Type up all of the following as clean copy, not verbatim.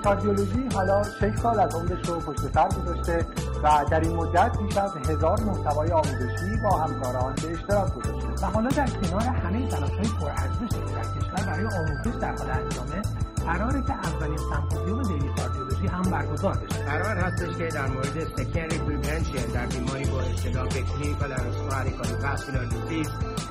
کاردیولوژی حالا 6 سال از عمرش رو پشت سر گذاشته و در این مدت بیش از 1000 محتوای آموزشی با همکاران به اشتراک گذاشته و حالا در کنار همه تلاش‌های پرارزشی که در کشور برای آموزش در حال انجامه، قراره که اولین سمپوزیوم دیلی کاردیولوژی هم برگزار بشه. قرار هستش که در مورد سکندری پریونشن در بیماری با ابتلا به کلینیکال ارتریال کاردیوواسکولار دیزیز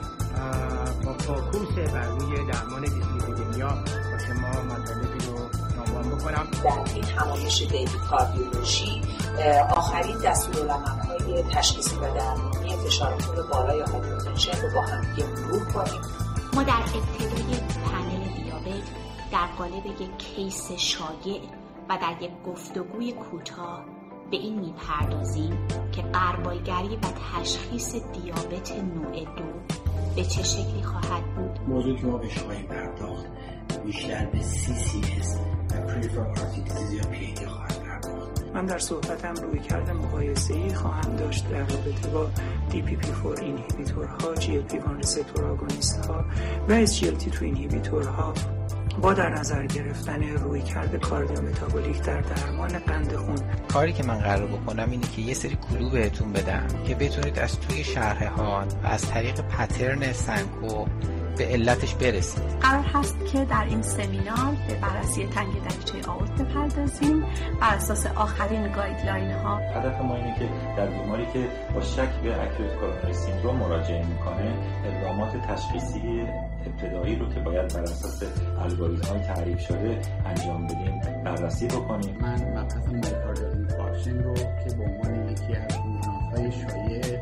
با فوکوس بر روی درمان دیسلیپیدمیا با شما مطالبی رو عنوان بکنم. در این همایش دیلی کاردیولوژی آخرین دستورالعمل‌های تشخیصی و درمانی فشار خون بالا یا هایپرتنشن رو با هم مرور کنیم. ما در ابتدای پنل دیابت در قالب یک کیس شایع و در یک گفتگوی کوتاه به این میپردازیم که غربالگری و تشخیص دیابت نوع 2 به چه شکلی خواهد بود. موضوع که ما بهش خواهیم پرداخت بیشتر به CCS و Peripheral Artery Disease یا PAD خواهد پرداخت. من در صحبتم رویکرد مقایسه‌ای خواهم داشت در رابطه با DPP4 اینهیبیتورها، GLP-1 ریسپتور آگونیست‌ها و SGLT2 اینهیبیتورها با در نظر گرفتن رویکرد کاردیومتابولیک در درمان قند خون. کاری که من قرار بکنم اینه که یه سری کلو بهتون بدم که بتونید از توی شرح حال و از طریق پترن سنکو به علتش برسید. قرار هست که در این سمینار به بررسی تنگ دریچه آئورت بپردازیم بر اساس آخرین گایدلاین ها. هدف ما اینه که در بیماری که با شک به اکیوت کورونری سیندروم مراجعه میکنه اقدامات تشخیصی ابتدایی رو که باید بر اساس الگوریتم‌های تعریف شده انجام بدیم بررسی بکنیم. من مبحث مایوکاردیال اینفارکشن رو که به عنوان یکی از بیماری‌های شایع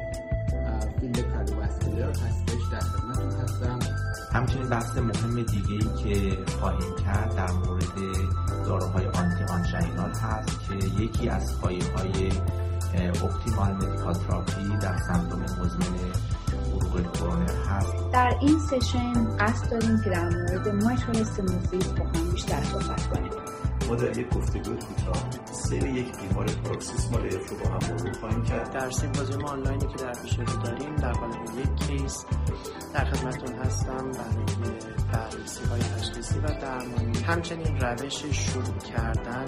فیلد کاردیوواسکولار هستش در خدمتتون هستم. همچنین بحث مهم دیگه‌ای که خواهیم کرد در مورد داروهای آنتی آنژینال هست که یکی از پایه‌های اپتیمال مدیکال تراپی در سندروم مزمن عروق کرونر هست. در این سشن قصد داریم که در مورد مایترال استنوزیس با هم بیشتر صحبت کنیم. ما در یک گفتگو کوتاه سیر یک بیمار پاروکسیسمال AF رو با هم مرور خواهیم کرد. در سیمپوزیوم آنلاینی که در پیش رو داریم در قالب یک کیس در خدمتتون هستم برای بررسی‌های تشخیصی و درمانی، همچنین روش شروع کردن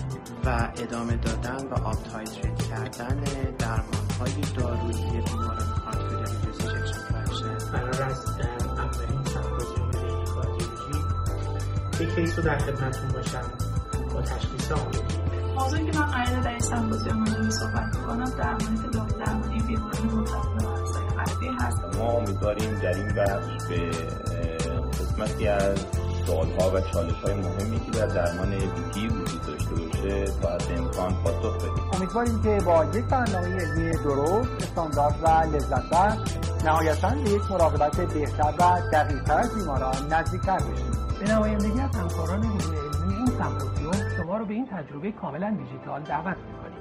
و ادامه دادن و آپ تایتریت کردن درمان‌های دارویی بیماران هارت فیلر دیزیز اجکشن فرکشن. قرار است اولین سمپوزیوم دیلی کاردیولوژی یک کیس رو در خدمتتون باشم با تشخیص آموزشی. موضوعی که من قراره در این سمپوزیوم رو صحبت کنم در مورد درمانی بیماری مرتبط با عرضه قلبی هست. ما امیدواریم در این بخش به قسمتی از سوال‌ها و چالش‌های مهمی که در درمان بی‌پی وجود داشته باشه تا از امکان پاسخ بدیم. امیدواریم که با یک برنامه علمی درست، استاندارد و لذت بخش نهایتاً به یک مراقبت بهتر و دقیق‌تر از بیماران نزدیک‌تر بشیم. به نمایندگی از همکاران نیروی علمی این سمپوزیوم شما رو به این تجربه کاملا دیجیتال دعوت می‌کنیم.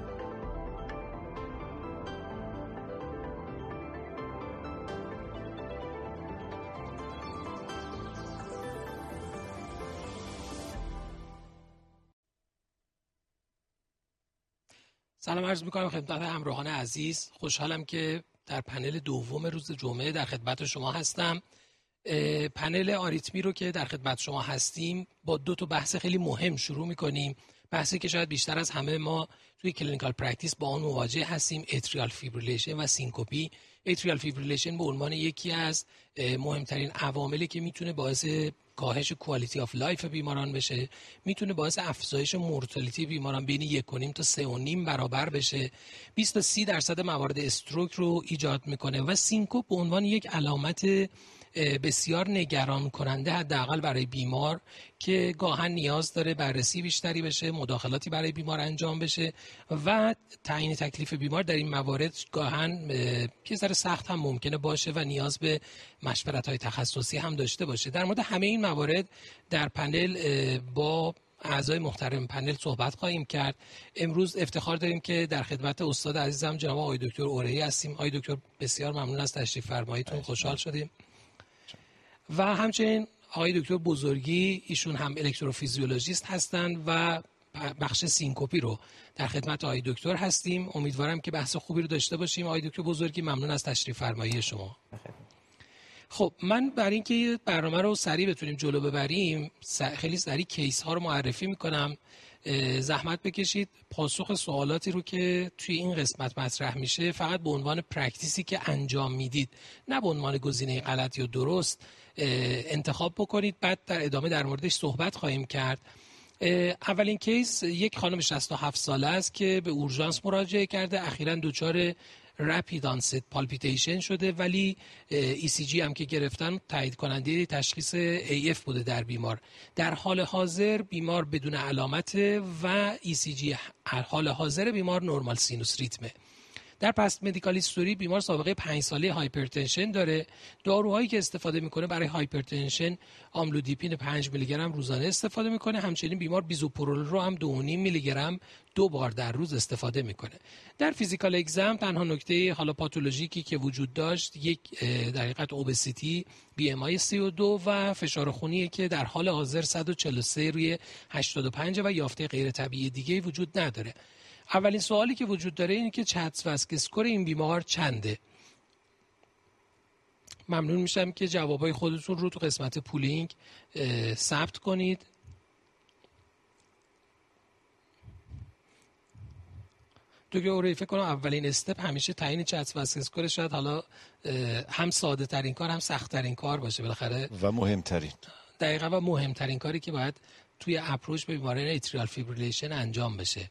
سلام عرض می‌کنم خدمت همراهان عزیز. خوشحالم که در پنل دوم روز جمعه در خدمت شما هستم. پنل آریتمی رو که در خدمت شما هستیم با دو تا بحث خیلی مهم شروع می‌کنیم. بحثی که شاید بیشتر از همه ما توی کلینیکال پرکتیس با آن مواجه هستیم، اتریال فیبریلیشن و سینکوپی. اتریال فیبریلیشن به عنوان یکی از مهمترین عواملی که میتونه باعث کاهش کوالیتی آف لایف بیماران بشه، میتونه باعث افزایش مورتالیتی بیماران بین 1.5 تا 3.5 برابر بشه، 20 تا 30% موارد استروک رو ایجاد میکنه و سینکوپ به عنوان یک علامت بسیار نگران کننده حداقل برای بیمار که گاهن نیاز داره بررسی بیشتری بشه، مداخلاتی برای بیمار انجام بشه و تعیین تکلیف بیمار در این موارد گاهن یه ذره سخت هم ممکنه باشه و نیاز به مشورت‌های تخصصی هم داشته باشه. در مورد همه این موارد در پنل با اعضای محترم پنل صحبت خواهیم کرد. امروز افتخار داریم که در خدمت استاد عزیزم جناب آقای دکتر اوره‌ای هستیم. آقای دکتر بسیار ممنون از تشریف فرماییتون، خوشحال شدیم. و همچنین آقای دکتر بزرگی، ایشون هم الکتروفیزیولوژیست هستند و بخش سینکوپی رو در خدمت آقای دکتر هستیم. امیدوارم که بحث خوبی رو داشته باشیم. آقای دکتر بزرگی ممنون از تشریف فرمایی شما. خب من برای اینکه برنامه رو سریع بتونیم جلو ببریم خیلی سریع کیس ها رو معرفی میکنم. زحمت بکشید پاسخ سوالاتی رو که توی این قسمت مطرح میشه فقط به عنوان پرکتیسی که انجام میدید، نه به عنوان گزینه غلط یا درست انتخاب بکنید. بعد در ادامه در موردش صحبت خواهیم کرد. اولین کیس یک خانم 67 ساله است که به اورژانس مراجعه کرده. اخیراً دچار رپید آنست پالپیتیشن شده، ولی ECG هم که گرفتن تایید کننده تشخیص AF بوده در بیمار. در حال حاضر بیمار بدون علامت و ECG حال حاضر بیمار نورمال سینوس ریتمه. در پست مدیکال هیستوری بیمار سابقه 5 ساله هایپرتنشن داره. داروهایی که استفاده میکنه برای هایپرتنشن آملودیپین 5 میلی گرم روزانه استفاده میکنه. همچنین بیمار بیزوپرول رو هم 2.5 میلی گرم 2 بار در روز استفاده میکنه. در فیزیکال اگزم تنها نکته حالا پاتولوژیکی که وجود داشت یک در حقیقت اوبسیتی، BMI 32 و فشار خونی که در حال حاضر 143 روی 85 و یافته غیر طبیعی دیگه وجود نداره. اولین سوالی که وجود داره اینه که چتسوسک اسکور این بیمار چنده؟ ممنون میشم که جوابای خودتون رو تو قسمت پولینگ ثبت کنید. دکتر اوری فکر کنم اولین استپ همیشه تعیین چتسوسک اسکور شاید حالا هم ساده ترین کار هم سخت ترین کار باشه بالاخره و مهمترین. دقیقاً و مهمترین کاری که باید توی اپروچ به بیماران ایتریال فیبریلیشن انجام بشه.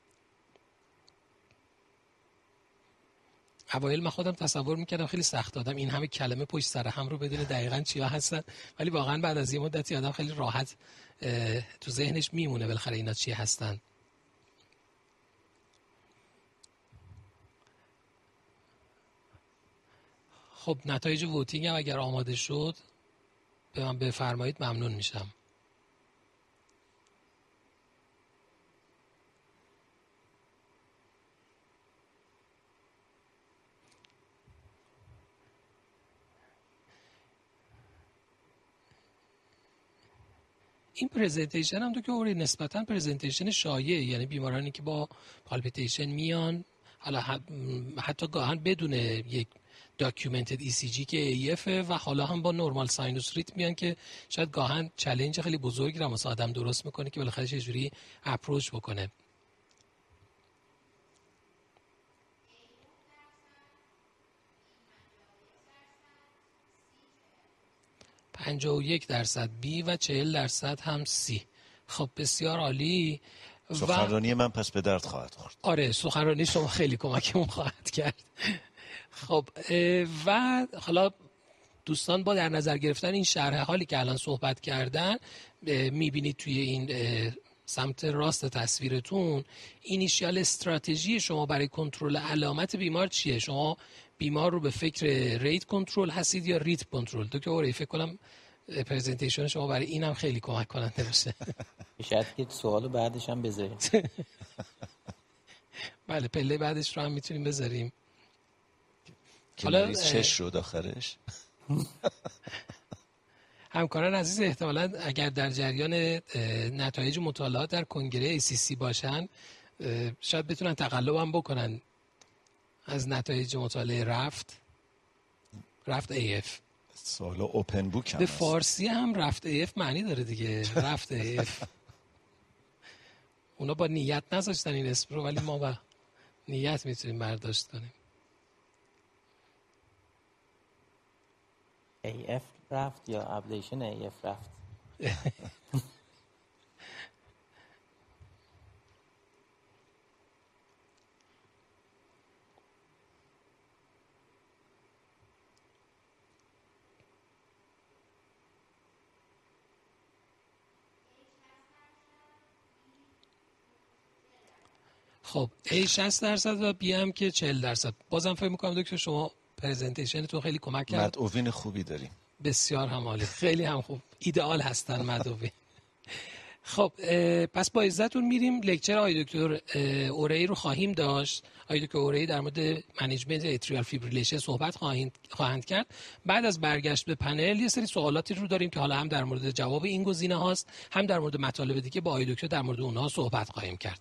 اوایل من خودم تصور میکردم خیلی سخت آدم این همه کلمه پشت سر هم رو بدونه دقیقاً چیا هستن، ولی واقعاً بعد از یه مدتی آدم خیلی راحت تو ذهنش میمونه بالاخره اینا چی هستن. خب نتایج ووتینگ هم اگر آماده شد به من بفرمایید ممنون میشم. این پرزنتیشن هم که اوری نسبتاً پرزنتیشن شایعه، یعنی بیمارانی که با پالپیتیشن میان حالا حتی گاهن بدون یک داکیومنتد ECG که AF و حالا هم با نورمال ساینوس ریتم میان که شاید گاهن چالش خیلی بزرگی رو واسه آدم درست میکنه که بالاخره چه جوری اپروچ بکنه. %51 B و 40% هم C. خب بسیار عالی. سخنرانی من پس به درد خواهد خورد. آره سخنرانی شما خیلی کمکمون خواهد کرد. خب و حالا دوستان با در نظر گرفتن این شرح حالی که الان صحبت کردن میبینید توی این سمت راست تصویرتون اینیشیال استراتژی شما برای کنترل علامت بیمار چیه؟ شما بیمار رو به فکر ریت کنترل هستید یا ریت کنترل؟ دکتر اوری فکر کنم پرزنتیشن شما برای اینم خیلی کمک کننده باشه. شاید که سوالو بعدش هم بذاریم. بله پله بعدش رو هم میتونیم بذاریم. که مریض چش شد آخرش. همکاران عزیز احتمالاً اگر در جریان نتایج مطالعات در کنگره ACC باشن شاید بتونن تقلب هم بکنن از نتایج مطالعه رفت AF. سوال اوپن بوک هم به فارسی هم رفت AF معنی داره دیگه. رفت AF اونا با نیت نذاشتن این اسم رو، ولی ما با نیت میتونیم برداشت کنیم. AF رفت یا ابلیشن AF رفت؟ خب A 60% و B هم که 40%. بازم فکر می‌کنم دکتر شما پرزنتیشنتون خیلی کمک کرد. مدعوین خوبی داریم. بسیار هم عالی، خیلی هم خوب، ایدئال هستن مدعوین. خب پس با عزتون میریم لکچر آقای دکتر اوری رو خواهیم داشت. آقای دکتر اوری در مورد منیجمنت اتریال فیبریلیشن صحبت خواهند کرد. بعد از برگشت به پنل یه سری سوالاتی رو داریم که حالا هم در مورد جواب این گزینه هاست، هم در مورد مطالب دیگه با آقای دکتر در مورد اونها صحبت خواهیم کرد.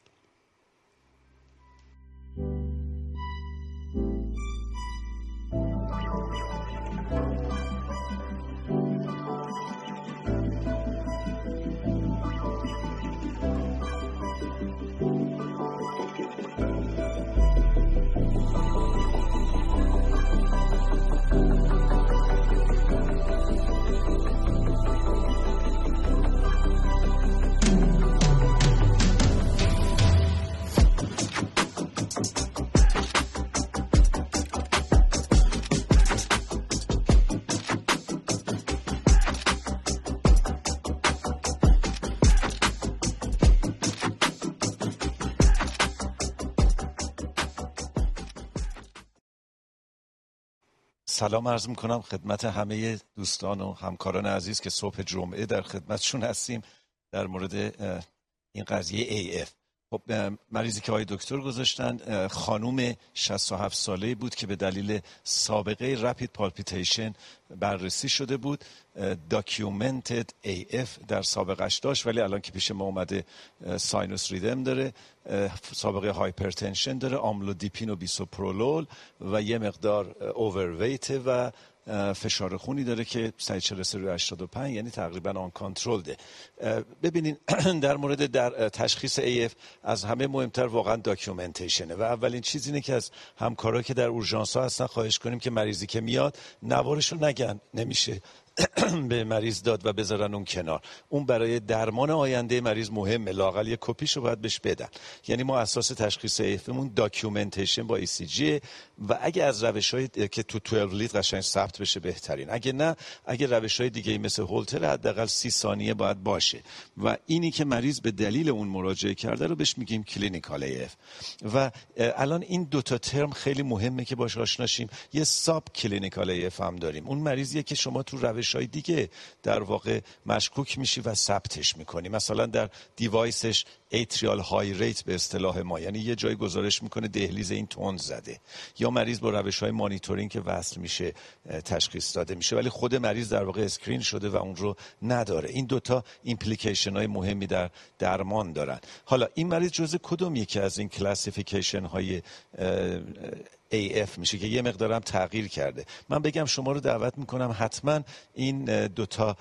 سلام عرض میکنم خدمت همه دوستان و همکاران عزیز که صبح جمعه در خدمتشون هستیم در مورد این قضیه AF. خب مریضی که آقای دکتر گذاشتن خانوم 67 ساله‌ای بود که به دلیل سابقه رپید پالپیتیشن بررسی شده بود. داکیومنتد AF در سابقش داشت، ولی الان که پیش ما اومده ساینوس ریدم داره، سابقه هایپرتنشن داره، آملودیپین و بیسوپرولول و یه مقدار اوورویت و فشار خونی داره که 143/85، یعنی تقریبا آن کانترلده. ببینین در مورد در تشخیص AF از همه مهمتر واقعا داکیومنتیشنه و اولین چیز اینه که از همکارا که در اورژانس ها هستن خواهش کنیم که مریضی که میاد نوارشو نگن، نمیشه به مریض داد و بذارن اون کنار. اون برای درمان آینده مریض مهمه، لااقل یه کپیشو باید بهش بدن. یعنی ما اساس تشخیص AFمون داکیومنتیشن با ECG و اگه از روش‌های که تو 12 لید قشنگ ثبت بشه بهترین، اگه نه، اگه روش‌های دیگه مثل هولتر حداقل 30 ثانیه باید باشه و اینی که مریض به دلیل اون مراجعه کرده رو بهش میگیم کلینیکال AF. و الان این دو تا ترم خیلی مهمه که باهاش آشنا شیم. یه ساب کلینیکال AF هم داریم. اون مریضیه که شما تو روش‌های دیگه در واقع مشکوک میشی و ثبتش میکنی. مثلا در دیوایسش اتریال های ریت به اصطلاح ما، یعنی یه جای گزارش میکنه دهلیز این تند زده، یا مریض با روش‌های مانیتورینگ که وصل میشه تشخیص داده میشه، ولی خود مریض در واقع اسکرین شده و اون رو نداره. این دوتا ایمپلیکیشن های مهمی در درمان دارن. حالا این مریض جزء کدوم یکی از این کلاسیفیکیشن های AF میشه که یه مقدارم تغییر کرده؟ من بگم شما رو دعوت میکنم حتما این دوتا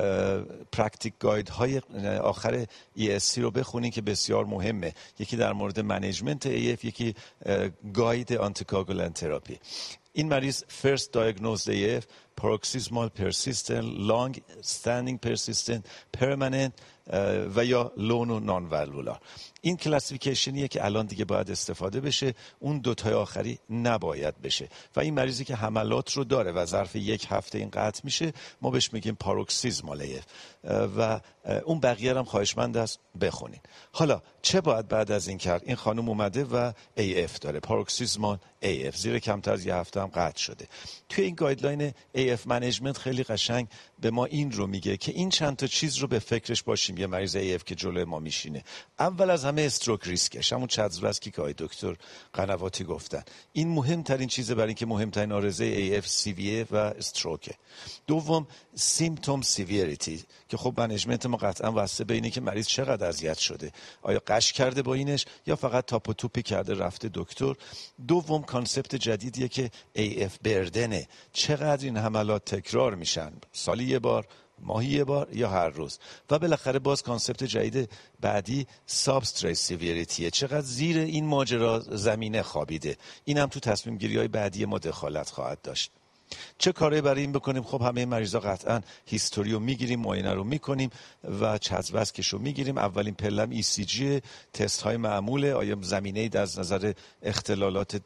پرکتیک گاید های آخر ESC رو بخونین که بسیار مهمه. یکی در مورد منیجمنت AF، یکی گاید آنتیکاگولانت تراپی. این مریض first diagnosed AF paroxysmal persistent long standing persistent permanent و یا لون و نان والولار. این کلاسیفیکیشنیه که الان دیگه باید استفاده بشه، اون دوتای آخری نباید بشه. و این مریضی که حملات رو داره و ظرف یک هفته این قطع میشه، ما بهش میگیم پاروکسیزمال AF و اون بقیه هم خواهشمند است بخونین. حالا چه باید بعد از این کرد؟ این خانم اومده و AF داره، پاروکسیزمال AF، زیر کمتر از یه هفته هم قطع شده. توی این گایدلاین AF منیجمنت خیلی قشنگ به ما این رو میگه که این چند تا چیز رو به فکرش باشیم یه مریض AF که جلوی ما میشینه. اول از همه استروک ریسکش، همون چتروسکی که آقای دکتر قنواتی گفتن، این مهمترین چیزه برای اینکه مهمترین آرزه AF CVA و استروکه. دوم سیمپتوم سیویریتی که خب منیجمنت ما قطعا واسه بینه که مریض چقدر اذیت شده، آیا قش کرده با اینش یا فقط تاپ و توپی کرده رفته دکتر. دوم کانسپت جدیدیه که AF بردنه، چقدر این حملات تکرار میشن، سالی یه بار، ماهی یه بار یا هر روز. و بالاخره باز کانسپت جدید بعدی سابستریت سیویریتیه، چقدر زیر این ماجرا زمینه خوابیده. این هم تو تصمیم گیری های بعدی ما دخالت خواهد داشت. چه کاری برای این بکنیم؟ خب همه مریضا قطعا هیستوری رو میگیریم، معاینه رو میکنیم و چتروسکش رو میگیریم. اولین پلم ECG، تست های معموله، آیا زمینه از نظر اختلالات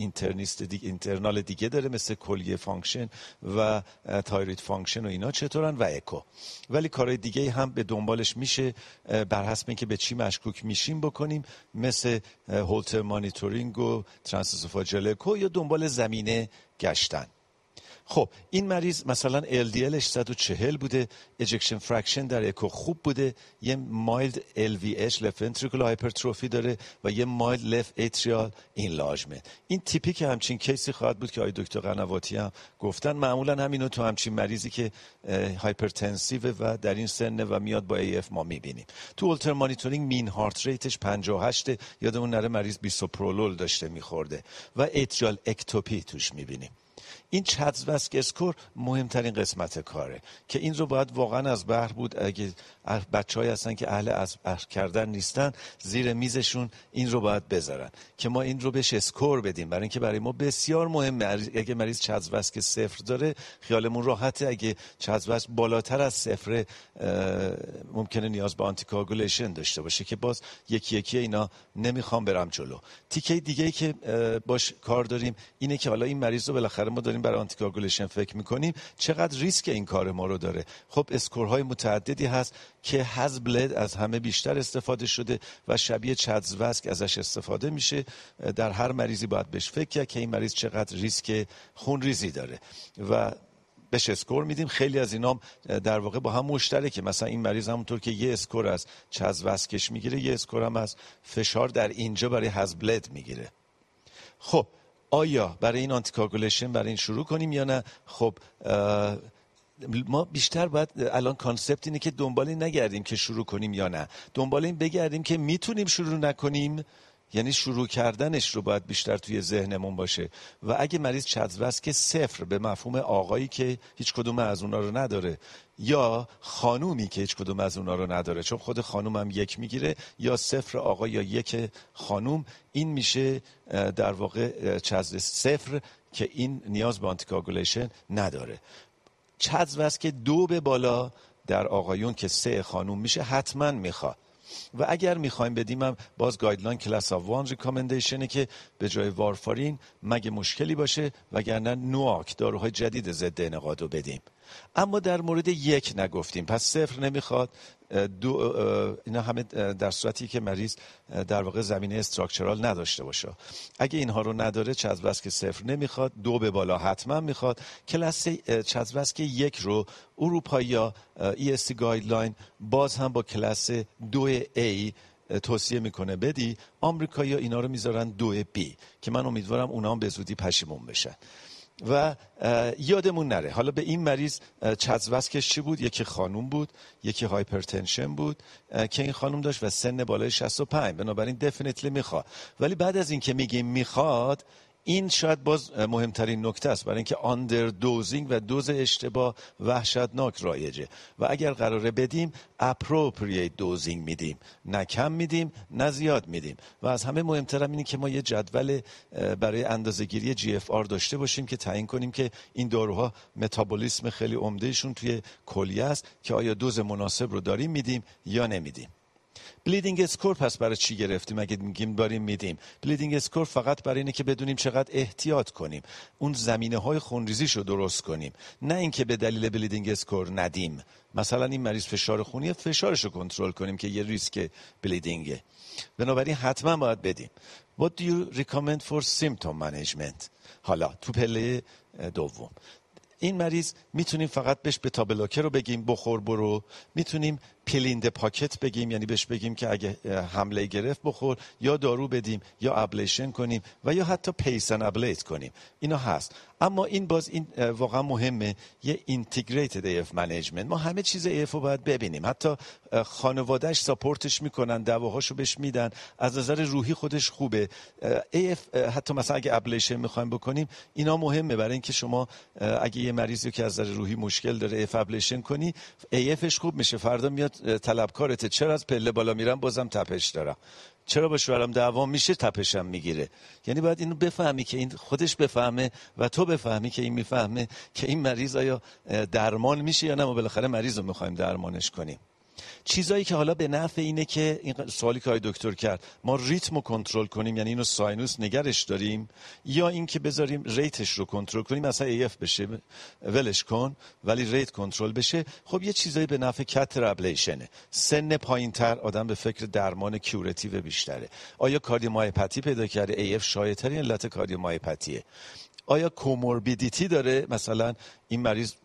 اینترنال دیگه داره مثل کلیه فانکشن و تایروید فانکشن و اینا چطورن، و اکو. ولی کارهای دیگه هم به دنبالش میشه بر حسب اینکه به چی مشکوک میشیم بکنیم، مثل هولتر مانیتورینگ و ترانساسوفاژیال اکو یا دنبال زمینه گشتن. خب این مریض مثلا LDLش 140 بوده، اجکشن فرکشن در اکو خوب بوده، یه مایلد LVH لفت ونتریکولار هایپرتروفی داره و یه مایلد لفت اتریال اینلارجمنت. این تیپیک همچین کیسی خواهد بود که آقای دکتر قنواتی هم گفتن. معمولا همینو تو همچین مریضی که هایپرتنسیو و در این سن و میاد با AF ما میبینیم. تو اولتر مانیتورینگ مین هارت ریتش 58، یادمون نره مریض بیسوپرولول داشته میخورده و اتریال اکتوپی توش میبینیم. این چتروسک اسکور مهمترین قسمت کاره که این رو باید واقعا از بحر بود، اگه بچه‌ای هستن که اهل از بحر کردن نیستن زیر میزشون این رو باید بذارن که ما این رو بهش اسکور بدیم، برای اینکه برای ما بسیار مهمه. اگه مریض چتروسک 0 داره خیالمون راحته، اگه چتروسک بالاتر از 0 ممکنه نیاز به آنتیکاگولیشن داشته باشه که باز یکی یکی اینا نمیخوام برم جلو. تیکه دیگه‌ای که باش کار داریم اینه که حالا این مریض رو بالاخره ما داریم برای آنتیکاگولیشن آنتیکاگولیشن فکر میکنیم چقدر ریسک این کار ما رو داره. خب اسکورهای متعددی هست که هزبلد از همه بیشتر استفاده شده و شبیه چدزوسک ازش استفاده میشه. در هر مریضی باید بهش فکر کرد که این مریض چقدر ریسک خونریزی داره و بهش اسکور میدیم. خیلی از اینام در واقع با هم مشترکه. مثلا این مریض همونطور که یه اسکور از چدزوسکش میگیره، یه اسکور هم از فشار در اینجا برای هزبلد میگیره. خب آیا برای این آنتیکاگولیشن برای این شروع کنیم یا نه؟ خب ما بیشتر باید الان کانسپت اینه که دنبال این نگردیم که شروع کنیم یا نه، دنبال این بگردیم که میتونیم شروع نکنیم، یعنی شروع کردنش رو باید بیشتر توی ذهنمون باشه. و اگه مریض چدزوسک صفر به مفهوم آقایی که هیچ کدوم از اونا رو نداره یا خانومی که هیچ کدوم از اونا رو نداره، چون خود خانوم هم یک میگیره، یا صفر آقا یا یک خانوم، این میشه در واقع صفر که این نیاز به آنتیکاگولیشن نداره. چدزوسک 2 به بالا در آقایون که 3 خانوم میشه حتما میخواد. و اگر میخوایم بدیم هم باز گایدلاین کلاس آف 1 ریکامندیشنه که به جای وارفارین مگه مشکلی باشه وگرنه نواک داروهای جدید ضد انعقاد رو بدیم. اما در مورد 1 نگفتیم، پس 0 نمیخواد. 2 اینا همه در صورتی که مریض در واقع زمینه استراکچرال نداشته باشه. اگه اینها رو نداره چدزوسک 0 نمیخواد. 2 به بالا حتما میخواد. کلاس چدزوسک 1 رو اروپایی‌ها ESC گایدلاین باز هم با کلاس 2A توصیه میکنه بدی. آمریکایی‌ها اینا رو میذارن 2B که من امیدوارم اونا هم به زودی پشیمون بشن. و یادمون نره حالا به این مریض چدزوسکش چی بود؟ یکی خانوم بود، یکی هایپرتنشن بود که این خانوم داشت و سن بالای 65، بنابراین دفینیتلی میخواد. ولی بعد از این که میگیم میخواد، این شاید باز مهمترین نکته است، برای اینکه آندر دوزینگ و دوز اشتباه وحشتناک رایجه و اگر قراره بدیم اپروپرییت دوزینگ میدیم، نه کم میدیم نه زیاد میدیم. و از همه مهمترم اینه که ما یه جدول برای اندازه‌گیری GFR داشته باشیم که تعیین کنیم که این داروها متابولیسم خیلی عمدهشون توی کلیه است که آیا دوز مناسب رو داریم میدیم یا نمیدیم. بلیدینگ اسکور پس برای چی گرفتیم اگه میگیم داریم میدیم؟ بلیدینگ اسکور فقط برای اینه که بدونیم چقدر احتیاط کنیم، اون زمینه‌های خونریزیشو درست کنیم، نه اینکه به دلیل بلیدینگ اسکور ندیم. مثلا این مریض فشار خونی، فشارشو کنترل کنیم که یه ریسک بلیدینگه، بنابراین حتما باید بدیم. What do you recommend for symptom management؟ حالا تو پله دوم این مریض میتونیم فقط بهش بتا بلاکر رو بگیم بخور برو، میتونیم پیل این د پاکت بگیم، یعنی بهش بگیم که اگه حمله گرفت بخور، یا دارو بدیم یا ابلیشن کنیم و یا حتی پیسن ابلیت کنیم. اینا هست. اما این باز این واقعا مهمه، یه اینتگریتد ایف منیجمنت. ما همه چیز ایف رو باید ببینیم، حتی خانواده‌اش ساپورتش میکنن، دواهاشو بهش میدن، از نظر روحی خودش خوبه. ایف حتی مثلا اگه ابلیشن میخوایم بکنیم، اینا مهمه برای اینکه شما اگه یه مریضی که از نظر روحی مشکل داره ایف ابلیشن کنی، ایفش خوب میشه، فردا میاد طلبکارته، چرا از پله بالا میرم بازم تپش دارم، چرا با شوهرم دعوام میشه تپشم میگیره. یعنی باید اینو بفهمی که این خودش بفهمه و تو بفهمی که این میفهمه که این مریض آیا درمان میشه یا نه، ما بالاخره مریض رو میخوایم درمانش کنیم. چیزایی که حالا به نفع اینه که این سوالی که دکتر کرد، ما ریتم رو کنترل کنیم، یعنی اینو ساینوس نگرش داریم، یا اینکه بذاریم ریتش رو کنترل کنیم، مثلا ایف بشه ولش کن ولی ریت کنترل بشه. خب یه چیزایی به نفع کاتر ابلیشنه. سن پایینتر آدم به فکر درمان کیوراتیو بیشتره. آیا کاردیومایوپاتی پیدا کرده؟ ایف شایع‌ترین علت کاردیومایوپاتیه. آیا کوموربیدیتی داره؟ مثلا این مریض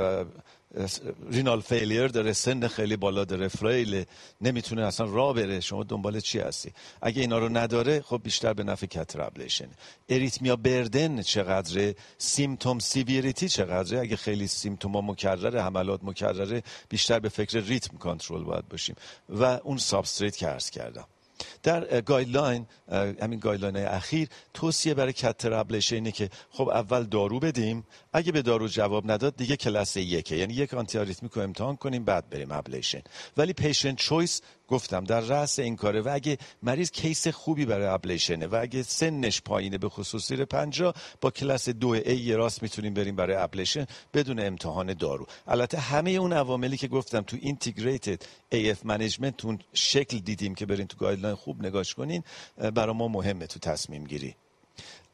رینال فیلیر داره، سن خیلی بالا داره، فریل، نمیتونه اصلا راه بره، شما دنبال چی هستی؟ اگه اینا رو نداره خب بیشتر به نفع کاتر ابلیشن. اریتمیا بردن چقدره؟ سیمتوم سیویریتی چقدره؟ اگه خیلی سیمتوما مکرره، حملات مکرره، بیشتر به فکر ریتم کنترل باید باشیم و اون سابستریت که عرض کردم. در گایدلاین، همین گایدلاین اخیر، توصیه برای کاتر ابلیشن اینه که خب اول دارو بدیم، اگه به دارو جواب نداد دیگه کلاس 1، یعنی یک آنتی آریتمیک رو امتحان کنیم بعد بریم ابلیشن. ولی پیشنت چویس گفتم در رأس این کاره و اگه مریض کیس خوبی برای ابلیشنه و اگه سنش پایینه به خصوص زیر 50 با کلاس 2A یه راست میتونیم بریم برای ابلیشن بدون امتحان دارو. البته همه اون عواملی که گفتم تو اینتگریتد AF منیجمنت تو شکل دیدیم که برین تو گایدلاین خوب نگاش کنین، برای ما مهمه تو تصمیم گیری.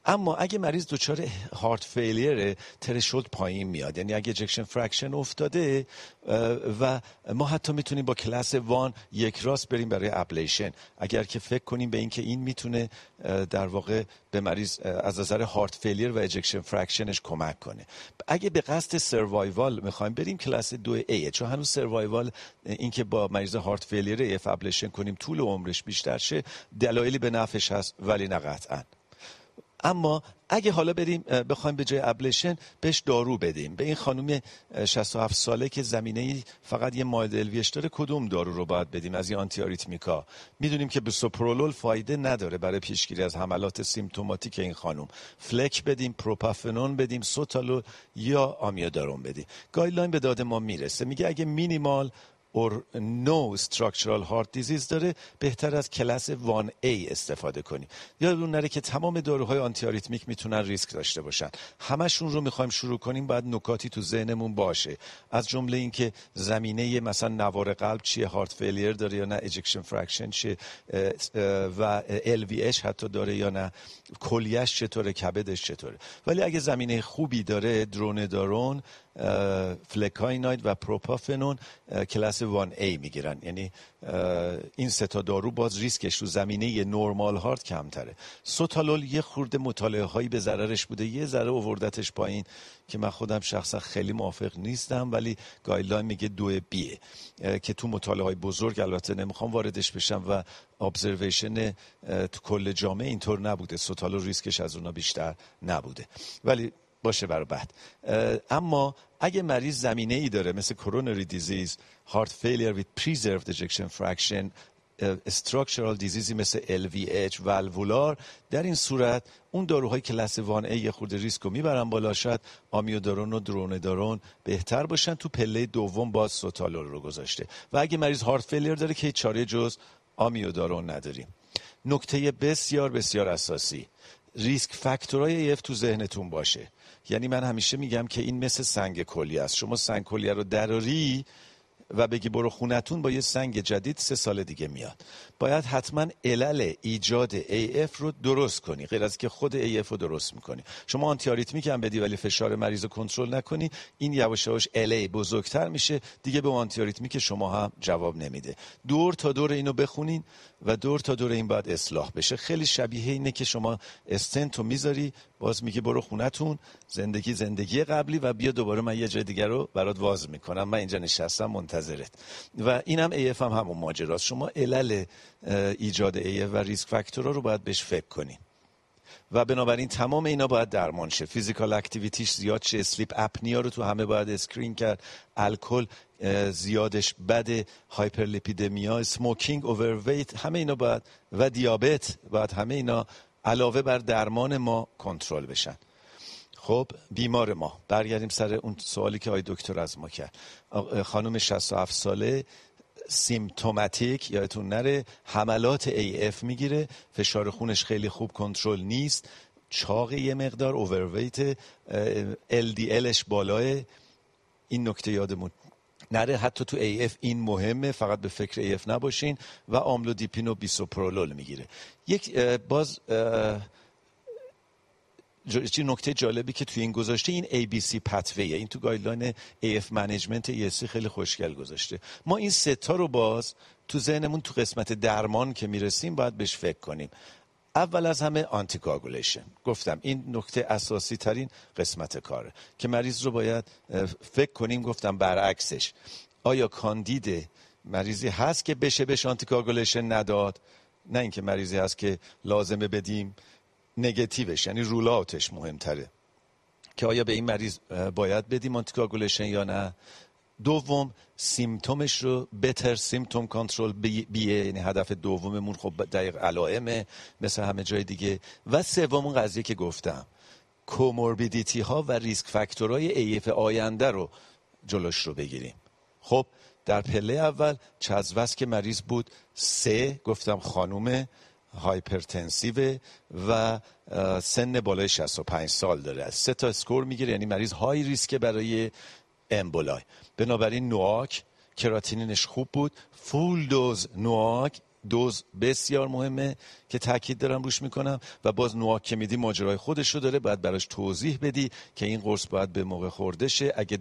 اما اگه مریض دچار هارت فیلیر، ترشولد پایین میاد، یعنی اگه اجکشن فرکشن افتاده و ما حتی میتونیم با کلاس 1 یک راست بریم برای ابلیشن، اگر که فکر کنیم به این که این میتونه در واقع به مریض از نظر هارت فیلیر و اجکشن فرکشنش کمک کنه. اگه به قصد سروایوال میخوایم بریم کلاس 2A، چون هنوز سروایوال این که با مریض هارت فیلیر ایف ابلیشن کنیم طول عمرش بیشتر شه، دلایلی به نفعش هست ولی نه قطعاً. اما اگه حالا بریم بخوایم به جای ابلیشن بهش دارو بدیم، به این خانم 67 ساله که زمینه فقط یه مایلد الویش داره، کدوم دارو رو باید بدیم از این آنتی آریتمیکا؟ میدونیم که بیسوپرولول فایده نداره برای پیشگیری از حملات سیمتوماتیک این خانم. فلک بدیم، پروپافنون بدیم، سوتالول یا آمیودارون بدیم. گایدلاین به داد ما میرسه، میگه اگه مینیمال or no structural heart disease داره بهتر از کلاس 1A استفاده کنی. یادتون نره که تمام داروهای آنتی آریتمیک میتونن ریسک داشته باشن. همشون رو میخوایم شروع کنیم باید نکاتی تو ذهنمون باشه، از جمله این که زمینه مثلا نوار قلب چیه، هارت فیلیر داره یا نه، اجکشن فرکشن چیه و LVH حتی داره یا نه، کلیه‌اش چطوره، کبدش چطوره. ولی اگه زمینه خوبی داره، درونه‌دارون، فلکایناید و پروپافنون کلاس 1A میگیرن، یعنی این سه تا دارو باز ریسکش رو زمینه نورمال هارت کمتره. سوتالول یه خورده مطالعه هایی به ضررش بوده، یه ذره آوردتش پایین که من خودم شخصا خیلی موافق نیستم، ولی گایدلاین میگه 2B که تو مطالعه های بزرگ البته نمیخوام واردش بشم و ابزرویشن تو کل جامعه اینطور نبوده، سوتالول ریسکش از اونا بیشتر نبوده، ولی باشه برای بعد. اما اگه مریض زمینه ای داره مثل کرونری دیزیز، هارت فیلیر with preserved ejection fraction، structural دیزیزی مثل LVH، والوولار، در این صورت اون داروهای کلاس 1A یه خورده ریسک رو میبرن بالا، شاید آمیودارون و درونه‌دارون بهتر باشن. تو پله دوم باز سوتالول رو گذاشته و اگه مریض هارت فیلیر داره که چاره جز آمیودارون نداریم. نکته بسیار بسیار اساسی، ریسک فاکتورهای ایف تو ذهنتون باشه. یعنی من همیشه میگم که این مثل سنگ کلیه است، شما سنگ کلیه رو دراری و بگی برو خونتون با یه سنگ جدید 3 سال دیگه میاد. باید حتما علل ایجاد AF رو درست کنی، غیر از که خود AF رو درست میکنی. شما آنتی آریتمیک هم بدی ولی فشار مریض رو کنترل نکنی، این یواش یواش LA بزرگتر میشه دیگه، به آنتی آریتمیک شما هم جواب نمیده. دور تا دور اینو بخونین و دور تا دور این باید اصلاح بشه. خیلی شبیه اینه که شما استنت رو میذاری، باز میگه برو خونتون، زندگی قبلی و بیا دوباره من یه جای دیگر رو برات واز میکنم، من اینجا نشستم منتظرت. و اینم AF هم همون ماجراست. شما علل ایجاد AF و ریسک فاکتورها رو باید بهش فکر کنین و بنابراین تمام اینا باید درمان شه. فیزیکال اکتیویتیش زیاد شه، اسلیپ اپنیا رو تو همه باید اسکرین کرد، الکل زیادش بده، هایپرلیپیدمیا، اسموکینگ، اوورویت، همه اینا باید و دیابت باید همه اینا علاوه بر درمان ما کنترل بشن. خب بیمار ما برگردیم سر اون سوالی که آقای دکتر از ما کرد. خانم 67 ساله سیمتوماتیک، یادتون نره، حملات AF میگیره، فشار خونش خیلی خوب کنترل نیست، چاق یه مقدار، اوورویت، LDLش بالاه. این نکته یادمون نره، حتی تو AF این مهمه، فقط به فکر AF نباشین. و آملودیپین و بیسوپرولول میگیره. یک باز نکته جالبی که توی این گذاشته این ABC پتویه، این تو گایدلاین AF منیجمنت ESC خیلی خوشگل گذاشته. ما این 3 تا رو باز تو ذهنمون تو قسمت درمان که میرسیم باید بهش فکر کنیم. اول از همه آنتیکواگولیشن، گفتم این نکته اساسی ترین قسمت کاره که مریض رو باید فکر کنیم. گفتم برعکسش، آیا کاندید مریضی هست که بشه آنتیکواگولیشن نداد، نه اینکه مریضی هست که لازمه بدیم نگاتیوش، یعنی رول آوتش مهمتره که آیا به این مریض باید بدیم آنتیکواگولیشن یا نه. دوم سیمتومش رو بهتر سیمتوم کنترل بیه، یعنی هدف دوممون خب دقیق علائمه مثل همه جای دیگه. و سوم اون قضیه که گفتم، کوموربیدیتی ها و ریسک فاکتورهای AF آینده رو جلوش رو بگیریم. خب در پله اول چزوست که مریض بود، 3 گفتم خانومه، هایپرتنسیو و سن بالای 65 سال داره، از 3 تا اسکور میگیره، یعنی مریض های ریسک برای امبولای. بنابراین نواک کراتینینش خوب بود، فول دوز نواک دوز بسیار مهمه که تاکید دارم روش میکنم و باز نوآک که میدی ماجرای خودش رو داره، باید براش توضیح بدی که این قرص باید به موقع خورده شه، اگه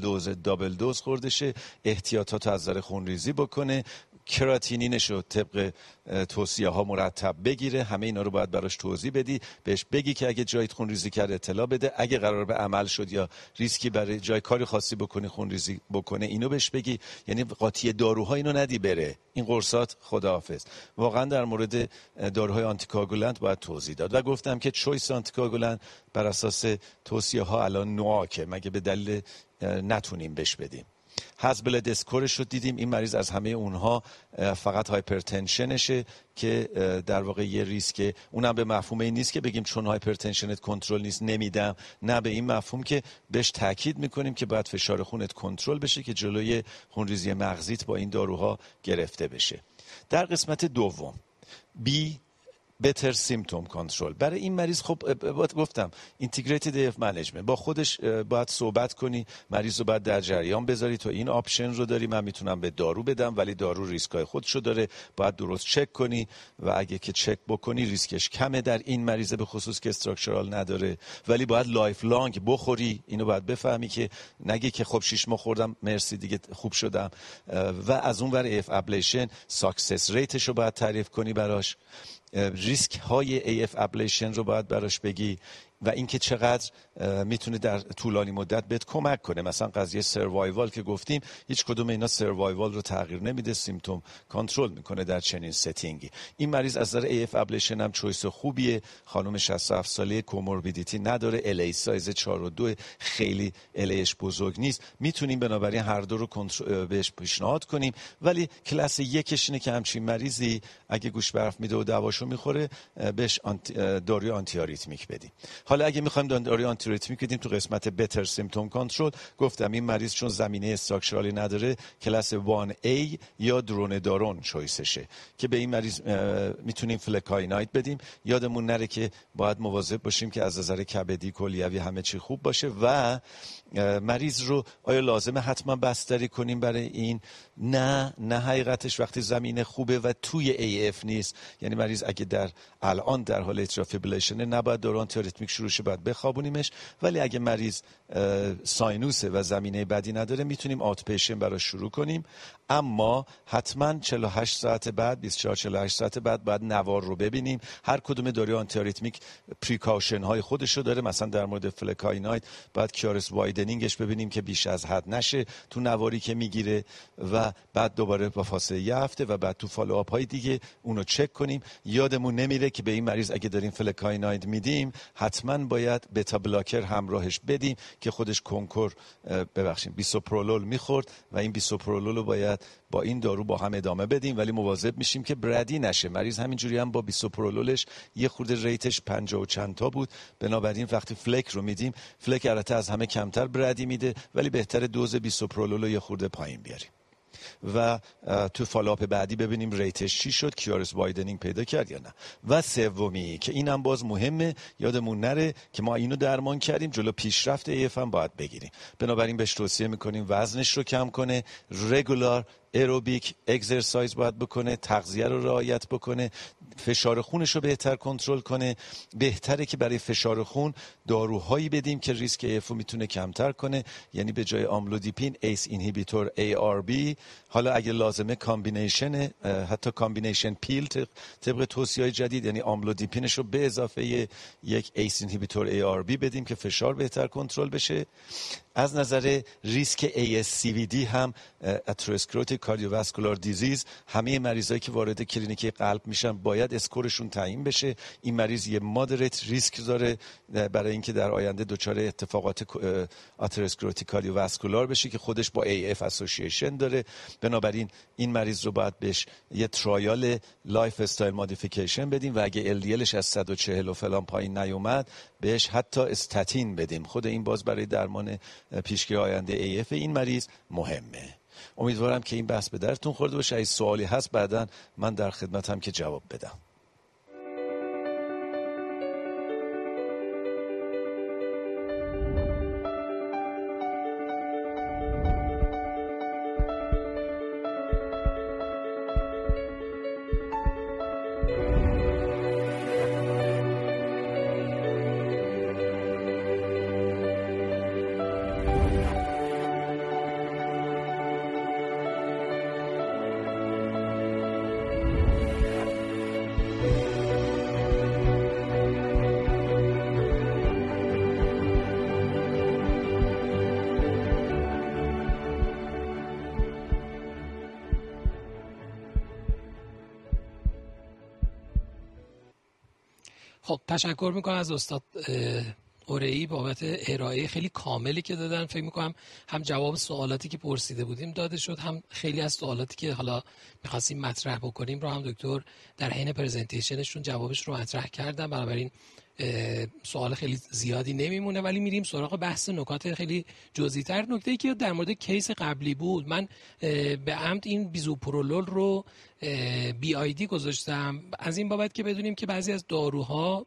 دابل دوز خورده شه احتیاطات از نظر خونریزی بکنه، کراتینینش رو طبق توصیه ها مرتب بگیره، همه اینا رو باید براش توضیح بدی، بهش بگی که اگه جای خونریزی کرد اطلاع بده، اگه قرار به عمل شد یا ریسکی برای جای کاری خاصی بکنه خونریزی بکنه اینو بهش بگی. یعنی قاطی داروها اینو ندی بره، این قرصات خداحافظ. واقعا در مورد داروهای آنتیکاگولانت باید توضیح داد و گفتم که چویس آنتیکاگولانت بر اساس توصیه ها الان نوآکه، مگه به دلیل نتونیم بهش بدیم. هزبلد اسکورش رو دیدیم، این مریض از همه اونها فقط هایپرتنشنشه که در واقع یه ریسکه، اونم به مفهوم این نیست که بگیم چون هایپرتنشنت کنترل نیست نمیدم، نه، به این مفهوم که بهش تاکید میکنیم که باید فشار خونت کنترل بشه که جلوی خونریزی مغزیت با این داروها گرفته بشه. در قسمت دوم بی بهتر سیمتوم کنترل برای این مریض، خب گفتم اینتگریتد AF منیجمنت، با خودش باید صحبت کنی، مریض رو باید در جریان بذاری تو این آپشن رو داری، من میتونم به دارو بدم ولی دارو ریسکای خودشو داره، باید درست چک کنی و اگه که چک بکنی ریسکش کمه در این مریض به خصوص که استراکچرال نداره، ولی باید لایف لانگ بخوری، اینو باید بفهمی که نگی که خب 6 ماه خوردم مرسی دیگه خوب شدم. و از اون ور AF ابلیشن ساکسس ریتش رو باید تعریف کنی براش، ریسک های AF ابلیشن رو باید براش بگی و اینکه چقدر میتونه در طولانی مدت بهت کمک کنه. مثلا قضیه سروایوال که گفتیم، هیچ کدوم اینا سروایوال رو تغییر نمیده، سیمتوم کنترل میکنه در چنین ستینگی. این مریض از نظر AF ابلیشن هم چویس خوبیه، خانم 67 ساله، کوموربیدیتی نداره، LA سایز 4.2 خیلی LAش بزرگ نیست، میتونیم بنابراین هر دو رو بهش پیشنهاد کنیم، ولی کلاس یکش اینه که همچین مریضی اگه گوش برف میده و دواشو میخوره بهش داروی آنتی آریتمیک بدیم. حالا اگه میخوایم داروی آنتی آریتمیک بدیم تو قسمت بهتر سیمتوم کنترل، گفتم این مریض چون زمینه استراکچرالی نداره کلاس 1A یا درونه‌دارون چویسشه که به این مریض میتونیم فلکایناید بدیم. یادمون نره که باید مواظب باشیم که از نظر کبدی کلیوی همه چی خوب باشه و مریض رو آیا لازمه حتما بستری کنیم برای این؟ نه حقیقتش وقتی زمینه خوبه و توی AF نیست، یعنی مریض اگه الان در حال اتریال فیبریلیشن نباید دارو آنتی آریتمیک شروع شه، باید بخوابونیمش، ولی اگه مریض ساینوسه و زمینه بدی نداره میتونیم آوت پیشن براش شروع کنیم، اما حتما 48 ساعت بعد 24-48 ساعت بعد باید نوار رو ببینیم. هر کدوم داروی آنتی آریتمیک پریکاشن های خودش رو داره، مثلا در مورد فلکایناید باید کیارس وایدنینگش ببینیم که بیش از حد نشه تو نواری که میگیره و بعد دوباره با فاصله یه هفته و بعد تو فالوآپ های دیگه اونو چک کنیم. یادمون نمیره که به این مریض اگه داریم فلکایناید میدیم حتما باید بتا بلاکر همراهش بدیم که خودش بیسوپرولول میخورد و این بیسوپرولول رو باید با این دارو با هم ادامه بدیم، ولی مواظب میشیم که بردی نشه. مریض همینجوری هم با بیسوپرولولش یه خورده ریتش 50 و چند تا بود، بنابراین وقتی فلک رو میدیم، فلک البته از همه کمتر بردی میده ولی بهتر دوز بیسوپرولول رو یه خورده پایین بیاریم و تو فالوآپ بعدی ببینیم ریتش چی شد، کیارس وایدنینگ پیدا کرد یا نه. و سومی که اینم باز مهمه، یادمون نره که ما اینو درمان کردیم، جلو پیشرفت AF هم باید بگیریم، بنابراین بهش توصیه میکنیم وزنش رو کم کنه، رگولار ایروبیک اکسرسایز باید بکنه، تغذیه رو رعایت بکنه، فشار خونش رو بهتر کنترل کنه. بهتره که برای فشار خون داروهایی بدیم که ریسک AF رو میتونه کمتر کنه، یعنی به جای آملودیپین ایس اینهیبیتور ARB، حالا اگه لازمه کامبینیشن، حتی کامبینیشن پیل طبق توصیه‌های جدید، یعنی آملودیپینش رو به اضافه یک ایس اینهیبیتور ARB بدیم که فشار بهتر کنترل بشه. از نظر ریسک ASCVD هم اتروسکلروتیک کاردیوواسکولار دیزیز، همه مریضایی که وارد کلینیک قلب میشن باید اسکورشون تعیین بشه. این مریض یه مادرت ریسک داره برای اینکه در آینده دچار اتفاقات اتروسکلروتیک کاردیوواسکولار بشه که خودش با AF اسوسییشن داره، بنابراین این مریض رو باید بهش یه ترایال لایف استایل مودیفیکیشن بدیم و اگه LDLش از 140 و فلان پایین نیومد بهش حتی استاتین بدیم. خود این باز برای درمان پیشگیری آینده AF این مریض مهمه. امیدوارم که این بحث به درتون خورده باشه. اگه سوالی هست بعداً من در خدمتم که جواب بدم. خب تشکر میکنم از استاد اورئی بابت ارائه خیلی کاملی که دادن. فکر میکنم هم جواب سوالاتی که پرسیده بودیم داده شد، هم خیلی از سوالاتی که حالا میخواستیم مطرح بکنیم رو هم دکتر در حین پرزنتیشنشون جوابش رو مطرح کردن. بنابراین سوال خیلی زیادی نمیمونه، ولی میریم سراغ بحث نکات خیلی جزئی‌تر. نکته‌ای که در مورد کیس قبلی بود، من به عمد این بیزوپرولول رو BID گذاشتم از این بابت که بدونیم که بعضی از داروها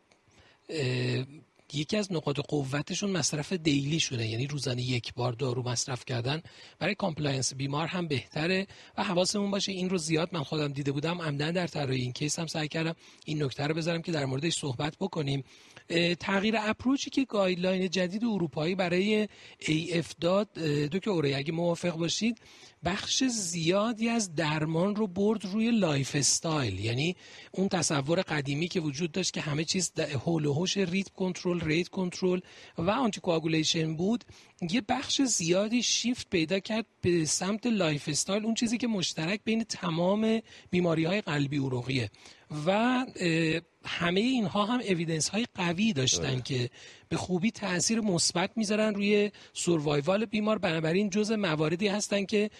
یکی از نقاط قوتشون مصرف دیلی شده، یعنی روزانه یک بار دارو مصرف کردن برای کامپلاینس بیمار هم بهتره و حواسمون باشه این رو زیاد. من خودم دیده بودم عمدن در طراحی این کیس هم سعی کردم این نکته رو بذارم که در موردش صحبت بکنیم. تغییر اپروچی که گایدلاین جدید اروپایی برای AF داد، دکتر اورئی اگه موافق باشید، بخش زیادی از درمان رو برد روی لایف استایل، یعنی اون تصور قدیمی که وجود داشت که همه چیز هول و هوش ریتم کنترل، ریت کنترل و آنتی کوآگولیشن بود، یه بخش زیادی شیفت پیدا کرد به سمت لایف استایل، اون چیزی که مشترک بین تمام بیماری‌های قلبی عروقیه و همه اینها هم اوییدنس های قوی داشتن که به خوبی تأثیر مثبت میذارن روی سروایوال بیمار. بنابراین جزء مواردی هستن که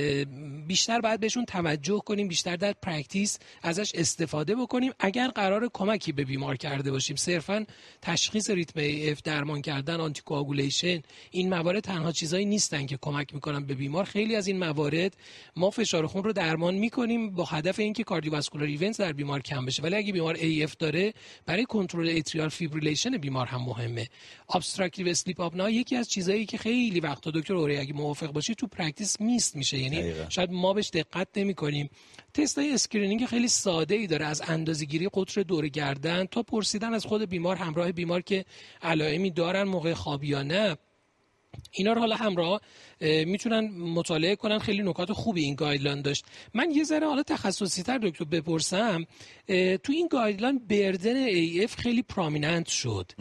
بیشتر باید بهشون توجه کنیم، بیشتر در پرکتیس ازش استفاده بکنیم اگر قرار کمکی به بیمار کرده باشیم. صرفا تشخیص ریتم AF، درمان کردن، آنتی کوآگولیشن، این موارد تنها چیزایی نیستن که کمک میکنن به بیمار. خیلی از این موارد ما فشار خون رو درمان میکنیم با هدف اینکه کاردیوواسکولار ایونت در بیمار کم بشه، ولی اگه بیمار AF داره برای کنترل اتریال فیبریلیشن بیمار هم مهمه. ابستراکتیو اسلیپ آپنا یکی از چیزایی که خیلی وقتا دکتر اورئی اگه موافق باشی تو پرکتیس میست میشه، یعنی شاید ما بهش دقت نمی‌کنیم. تستای اسکرینینگ خیلی ساده‌ای داره، از اندازه‌گیری قطر دور گردن تا پرسیدن از خود بیمار همراه بیمار که علائمی دارن موقع خواب یا نه. اینا رو حالا همراه میتونن مطالعه کنن. خیلی نکات خوبی این گایدلاین داشت. من یه ذره حالا تخصصی تر دکتر بپرسم، تو این گایدلاین بردن AF خیلی پرامیننت شد.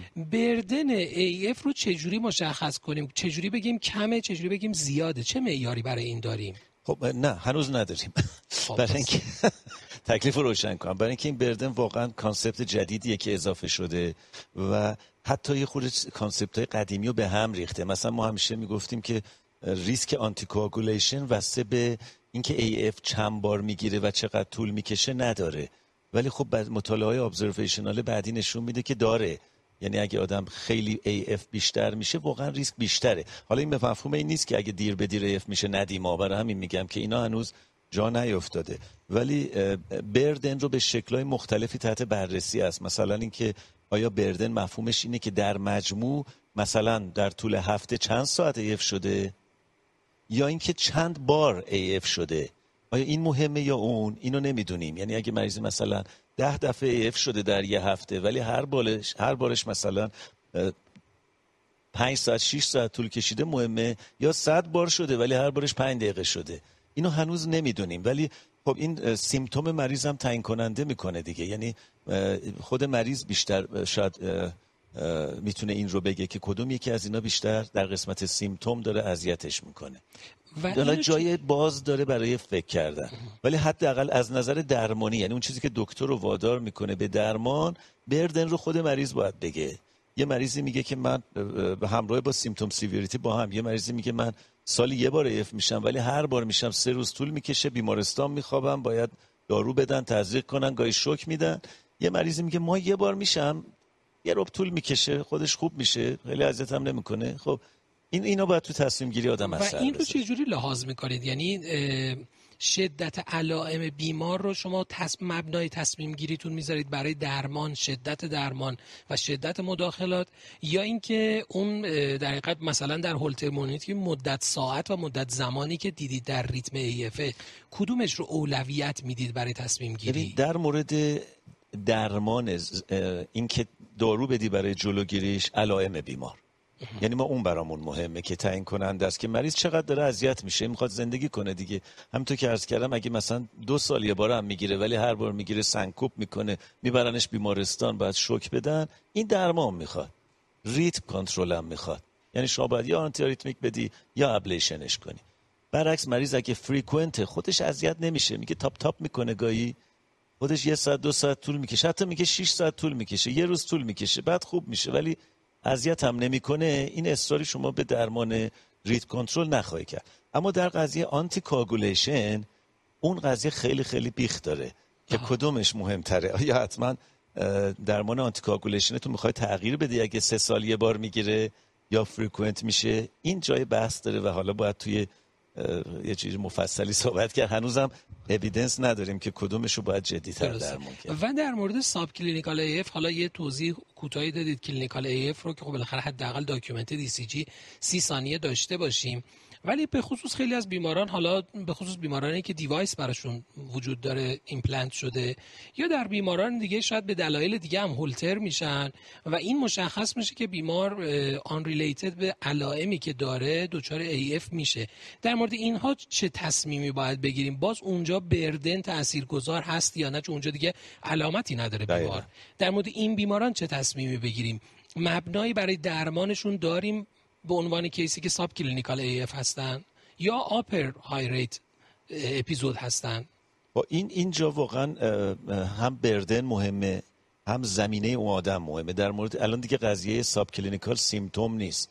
بردن AF رو چجوری مشخص کنیم؟ چجوری بگیم کمه؟ چجوری بگیم زیاده؟ چه معیاری برای این داریم؟ خب نه هنوز نداریم. برای اینکه تکلیف رو روشن کنم، برای اینکه این بردن واقعا کانسپت جدیدیه که اضافه شده و حتی یه خورده کانسپت‌های قدیمی رو به هم ریخته. مثلا ما همیشه میگفتیم که ریسک آنتی کوآگولیشن واسه به اینکه AF چند بار میگیره و چقدر طول میکشه نداره، ولی خب مطالعه‌های ابزرویشنال بعدی نشون میده که داره. یعنی اگه آدم خیلی AF بیشتر میشه واقعا ریسک بیشتره. حالا این به مفهوم این نیست که اگه دیر به دیر AF میشه ندیم، برای همین میگم که اینا هنوز جا نیافتاده، ولی بردن رو به شکل‌های مختلفی تحت بررسی است. مثلا اینکه آیا بردن مفهومش اینه که در مجموع مثلا در طول هفته چند ساعت AF شده یا اینکه چند بار AF شده. آیا این مهمه یا اون؟ اینو نمیدونیم. یعنی اگه مریض مثلا 10 دفعه AF شده در یه هفته ولی هر بارش مثلا 5 ساعت 6 ساعت طول کشیده مهمه، یا 100 بار شده ولی هر بارش 5 دقیقه شده؟ اینو هنوز نمیدونیم، ولی خب این سیمتوم مریض هم تعیین کننده میکنه دیگه. یعنی خود مریض بیشتر شاید میتونه این رو بگه که کدوم یکی از اینا بیشتر در قسمت سیمتوم داره اذیتش میکنه. حالا جای باز داره برای فکر کردن، ولی حداقل از نظر درمانی، یعنی اون چیزی که دکتر رو وادار میکنه به درمان، بردن رو خود مریض باید بگه. یه مریضی میگه که من به همراه با سیمتوم سیویریتی با هم، یه مریضی میگه من سالی یه بار AF میشم ولی هر بار میشم 3 روز طول میکشه، بیمارستان میخوابم، باید دارو بدن، تزریق کنن، گاهی شوک میدن. یه مریضی میگه ما یه بار میشم، یه ربع طول میکشه، خودش خوب میشه، خیلی اذیتم نمیکنه. خب اینا باید تو تصمیم گیری آدم اثر بذاره. و این رو چجوری لحاظ میکنید؟ یعنی شدت علائم بیمار رو شما مبنای تصمیم گیریتون میذارید برای درمان، شدت درمان و شدت مداخلات، یا اینکه اون در حقیقت مثلا در هولتر مونیتور مدت ساعت و مدت زمانی که دیدید در ریتم AF کدومش رو اولویت میدید برای تصمیم گیری؟ در مورد درمان اینکه دارو بدی برای جلوگیریش علائم بیمار، یعنی ما اون برامون مهمه که تعیین کننده است که مریض چقدر داره اذیت میشه، میخواد زندگی کنه دیگه. همونطور که عرض کردم اگه مثلا 2 سال یه بار هم میگیره ولی هر بار میگیره سنکوپ میکنه، میبرنش بیمارستان، باید شوک بدن، این درمان میخواد. ریتم کنترل هم میخواد، یعنی شما باید یا آنتی آریتمیک بدی یا ابلیشنش کنی. برعکس مریض اگه فریکوئنت خودش اذیت نمیشه، میگه تاپ تاپ میکنه گاهی، خودش 1 ساعت 2 ساعت طول میکشه، حتی میگه 6 ساعت طول میکشه، یه روز طول میکشه، بعد خوب میشه ولی اذیت هم نمیکنه، این استوری شما به درمان ریت کنترل نخواهی کرد. اما در قضیه آنتی کواگولیشن اون قضیه خیلی خیلی بیخ داره که کدومش مهمتره. آیا حتما درمان آنتی کواگولیشنتون میخوای تغییر بدی اگه 3 سال یه بار میگیره یا فریکوئنت میشه؟ این جای بحث داره و حالا باید توی یه چیز مفصلی صحبت کرد. هنوزم اوییدنس نداریم که کدومشو باید جدی‌تر درمان کرد. و در مورد ساب کلینیکال AF حالا یه توضیح کوتاهی دادید کلینیکال AF رو که خب بالاخره حداقل داکیومنت DCG 30 ثانیه داشته باشیم، ولی به خصوص خیلی از بیماران، حالا به خصوص بیمارانی که دیوایس براشون وجود داره ایمپلنت شده، یا در بیماران دیگه شاید به دلایل دیگه هم هولتر میشن و این مشخص میشه که بیمار آن ریلیتد به علائمی که داره دچار AF میشه. در مورد اینها چه تصمیمی باید بگیریم؟ باز اونجا بردن تاثیرگذار هست یا نه، چون اونجا دیگه علامتی نداره بیمار. در مورد این بیماران چه تصمیمی بگیریم؟ مبنایی برای درمانشون داریم به عنوان کیسی که ساب کلینیکال AF هستن یا آپر های ریت اپیزود هستن؟ با اینجا واقعا هم بردن مهمه، هم زمینه اون آدم مهمه. در مورد الان دیگه قضیه ساب کلینیکال سیمتوم نیست،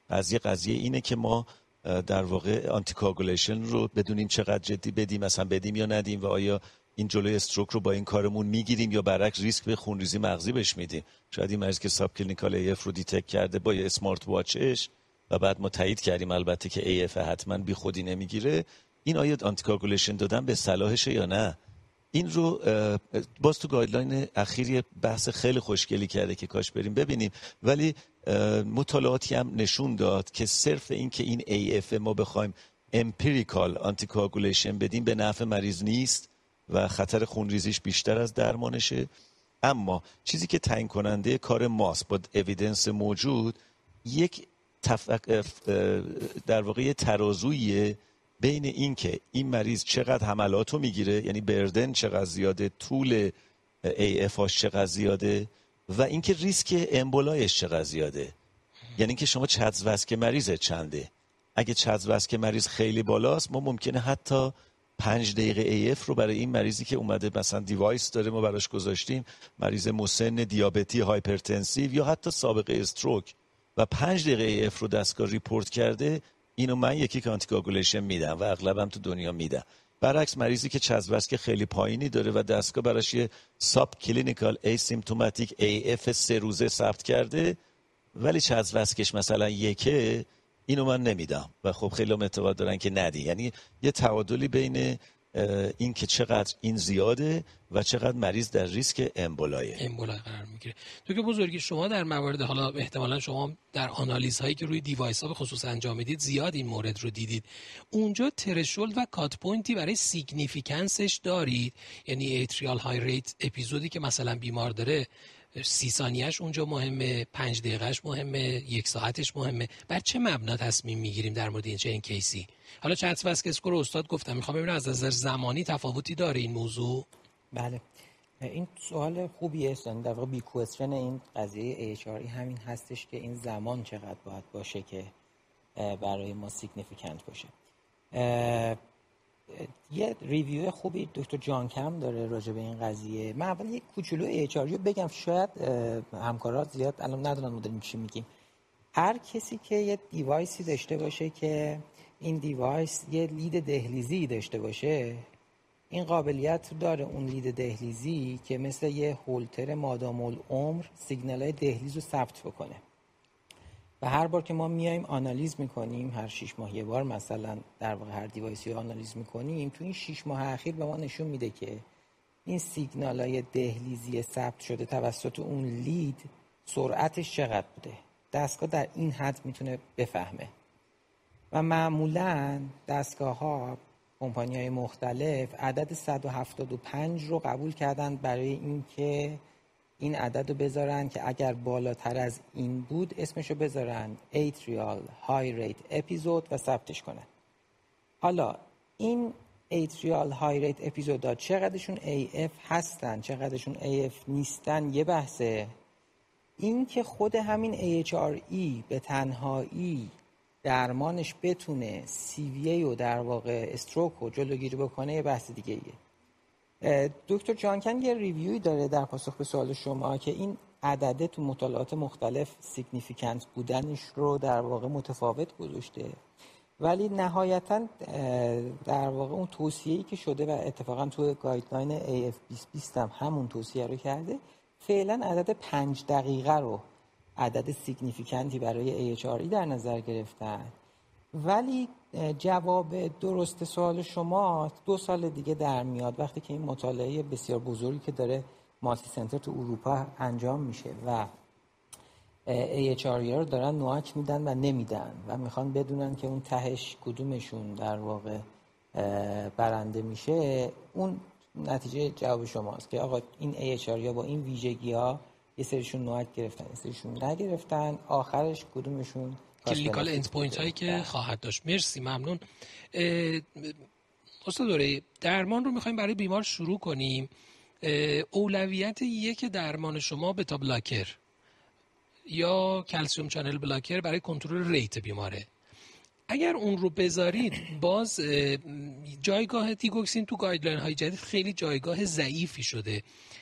قضیه اینه که ما در واقع آنتی کواگولیشن رو بدونیم چقدر جدی بدیم، مثلا بدیم یا ندیم، و آیا این جلوی استروک رو با این کارمون میگیریم یا برعکس ریسک به خونریزی مغزی بهش میدیم. شاید این مریض که ساب کلینیکال AF رو دیتک کرده با یه اسمارت واچش و بعد ما تایید کردیم البته که AF حتما بی خودی نمیگیره، این آیا آنتی کواگولیشن دادن به صلاحشه یا نه؟ این رو باز تو گایدلاین اخیری بحث خیلی خوشگلی کرده که کاش بریم ببینیم، ولی مطالعاتی هم نشون داد که صرف این که این AF ما بخوایم امپیریکال آنتی کواگولیشن بدیم به نفع مریض نیست و خطر خونریزیش بیشتر از درمانشه. اما چیزی که تعیین کننده کار ماست با اویدنس موجود، یک در واقع ترازویه بین این که این مریض چقدر حملاتو میگیره، یعنی بردن چقدر زیاده، طول AF هاش چقدر زیاده، و اینکه ریسک امبولایش چقدر زیاده. یعنی که شما چترواسک مریض چنده. اگه چترواسک مریض خیلی بالاست، ما ممکنه حتی 5 دقیقه AF رو برای این مریضی که اومده مثلا دیوایس داره ما براش گذاشتیم، مریض مسن دیابتی هایپرتنسیو یا حتی سابقه استروک، و 5 دقیقه AF رو دستگاه ریپورت کرده، اینو من یکی آنتی کواگولیشن میدم و اغلبم تو دنیا میدم. برعکس مریضی که چترواسک خیلی پایینی داره و دستگاه براش یه ساب کلینیکال ایسیمپتوماتیک AF 3 روزه ثبت کرده ولی چترواسکش مثلا 1، اینو من نمیدم و خب خیلی هم اعتقاد دارن که ندی. یعنی یه تعادلی بین این که چقدر این زیاده و چقدر مریض در ریسک امبولای قرار میگیره. تو که بزرگی شما در موارد، حالا احتمالا شما در آنالیزهایی که روی دیوایس ها به خصوص انجام میدید زیاد این مورد رو دیدید، اونجا ترشولد و کات پوینتی برای سیگنیفیکنسش دارید؟ یعنی ایتریال های ریت اپیزودی که مثلا بیمار داره 30 ثانیه‌اش اونجا مهمه، 5 دقیقه‌اش مهمه، 1 ساعتش مهمه؟ بر چه مبنا تصمیم میگیریم در مورد این کیسی؟ حالا چترواسک اسکور استاد گفتم، میخوام ببینم از نظر زمانی تفاوتی داره این موضوع؟ بله، این سوال خوبیه. در واقع بی کوئسچن این قضیه AHRE همین هستش که این زمان چقدر باید باشه که برای ما سیگنیفیکانت باشه. یه ریویو خوبی دکتر جان کم داره راجع به این قضیه. من اول یک کوچولو AHRE رو بگم، شاید همکارات زیاد الان ندونن ما داریم چی میگیم. هر کسی که یه دیوایسی داشته باشه که این دیوایس یه لید دهلیزی داشته باشه، این قابلیت داره اون لید دهلیزی که مثل یه هولتر مادام العمر سیگنالای دهلیز رو ثبت بکنه و هر بار که ما میایم آنالیز میکنیم، هر 6 ماه یه بار مثلا در واقع هر دیوایسی رو آنالیز میکنیم، تو این 6 ماه اخیر به ما نشون میده که این سیگنالای دهلیزی ثبت شده توسط اون لید سرعتش چقدر بوده. دستگاه در این حد میتونه بفهمه و معمولاً دستگاه‌ها کمپانی‌های مختلف عدد 175 رو قبول کردن برای اینکه این عدد رو بذارن که اگر بالاتر از این بود اسمش رو بذارن Atrial High Rate Episode و ثبتش کنن. حالا این Atrial High Rate Episode ها چقدرشون AF هستن چقدرشون AF نیستن یه بحثه. این که خود همین AHRE به تنهایی درمانش بتونه CVA و در واقع استروک رو جلوگیری بکنه یه بحث دیگه ایه. دکتر جانکن یه ریویوی داره در پاسخ به سوال شما که این عدده تو مطالعات مختلف سیگنیفیکانت بودنش رو در واقع متفاوت گذاشته، ولی نهایتاً در واقع اون توصیه‌ای که شده و اتفاقاً تو گایدلاین AF 2020 هم همون توصیه رو کرده، فعلا عدد 5 دقیقه رو عدد سیگنیفیکانتی برای AHRE در نظر گرفتن. ولی جواب درست سوال شما 2 سال دیگه در میاد وقتی که این مطالعه بسیار بزرگی که داره مالتی سنتر تو اروپا انجام میشه و AHRE رو دارن نوآک میدن و نمیدن و میخوان بدونن که اون تهش کدومشون در واقع برنده میشه. اون نتیجه جواب شماست که آقا این AHRE با این ویژگی ها یه سریشون نوآک گرفتن، یه سریشون نگرفتن، آخرش کدومشون کلینیکال اند پوینت هایی که خواهد داشت. مرسی، ممنون. استاد دوره درمان رو میخوایم برای بیمار شروع کنیم. اولویت یک درمان شما بتا بلاکر یا کلسیم چنل بلاکر برای کنترل ریت بیماره. اگر اون رو بذارید باز جایگاه دیگوکسین تو گایدلاین های جدید خیلی جایگاه ضعیفی شده.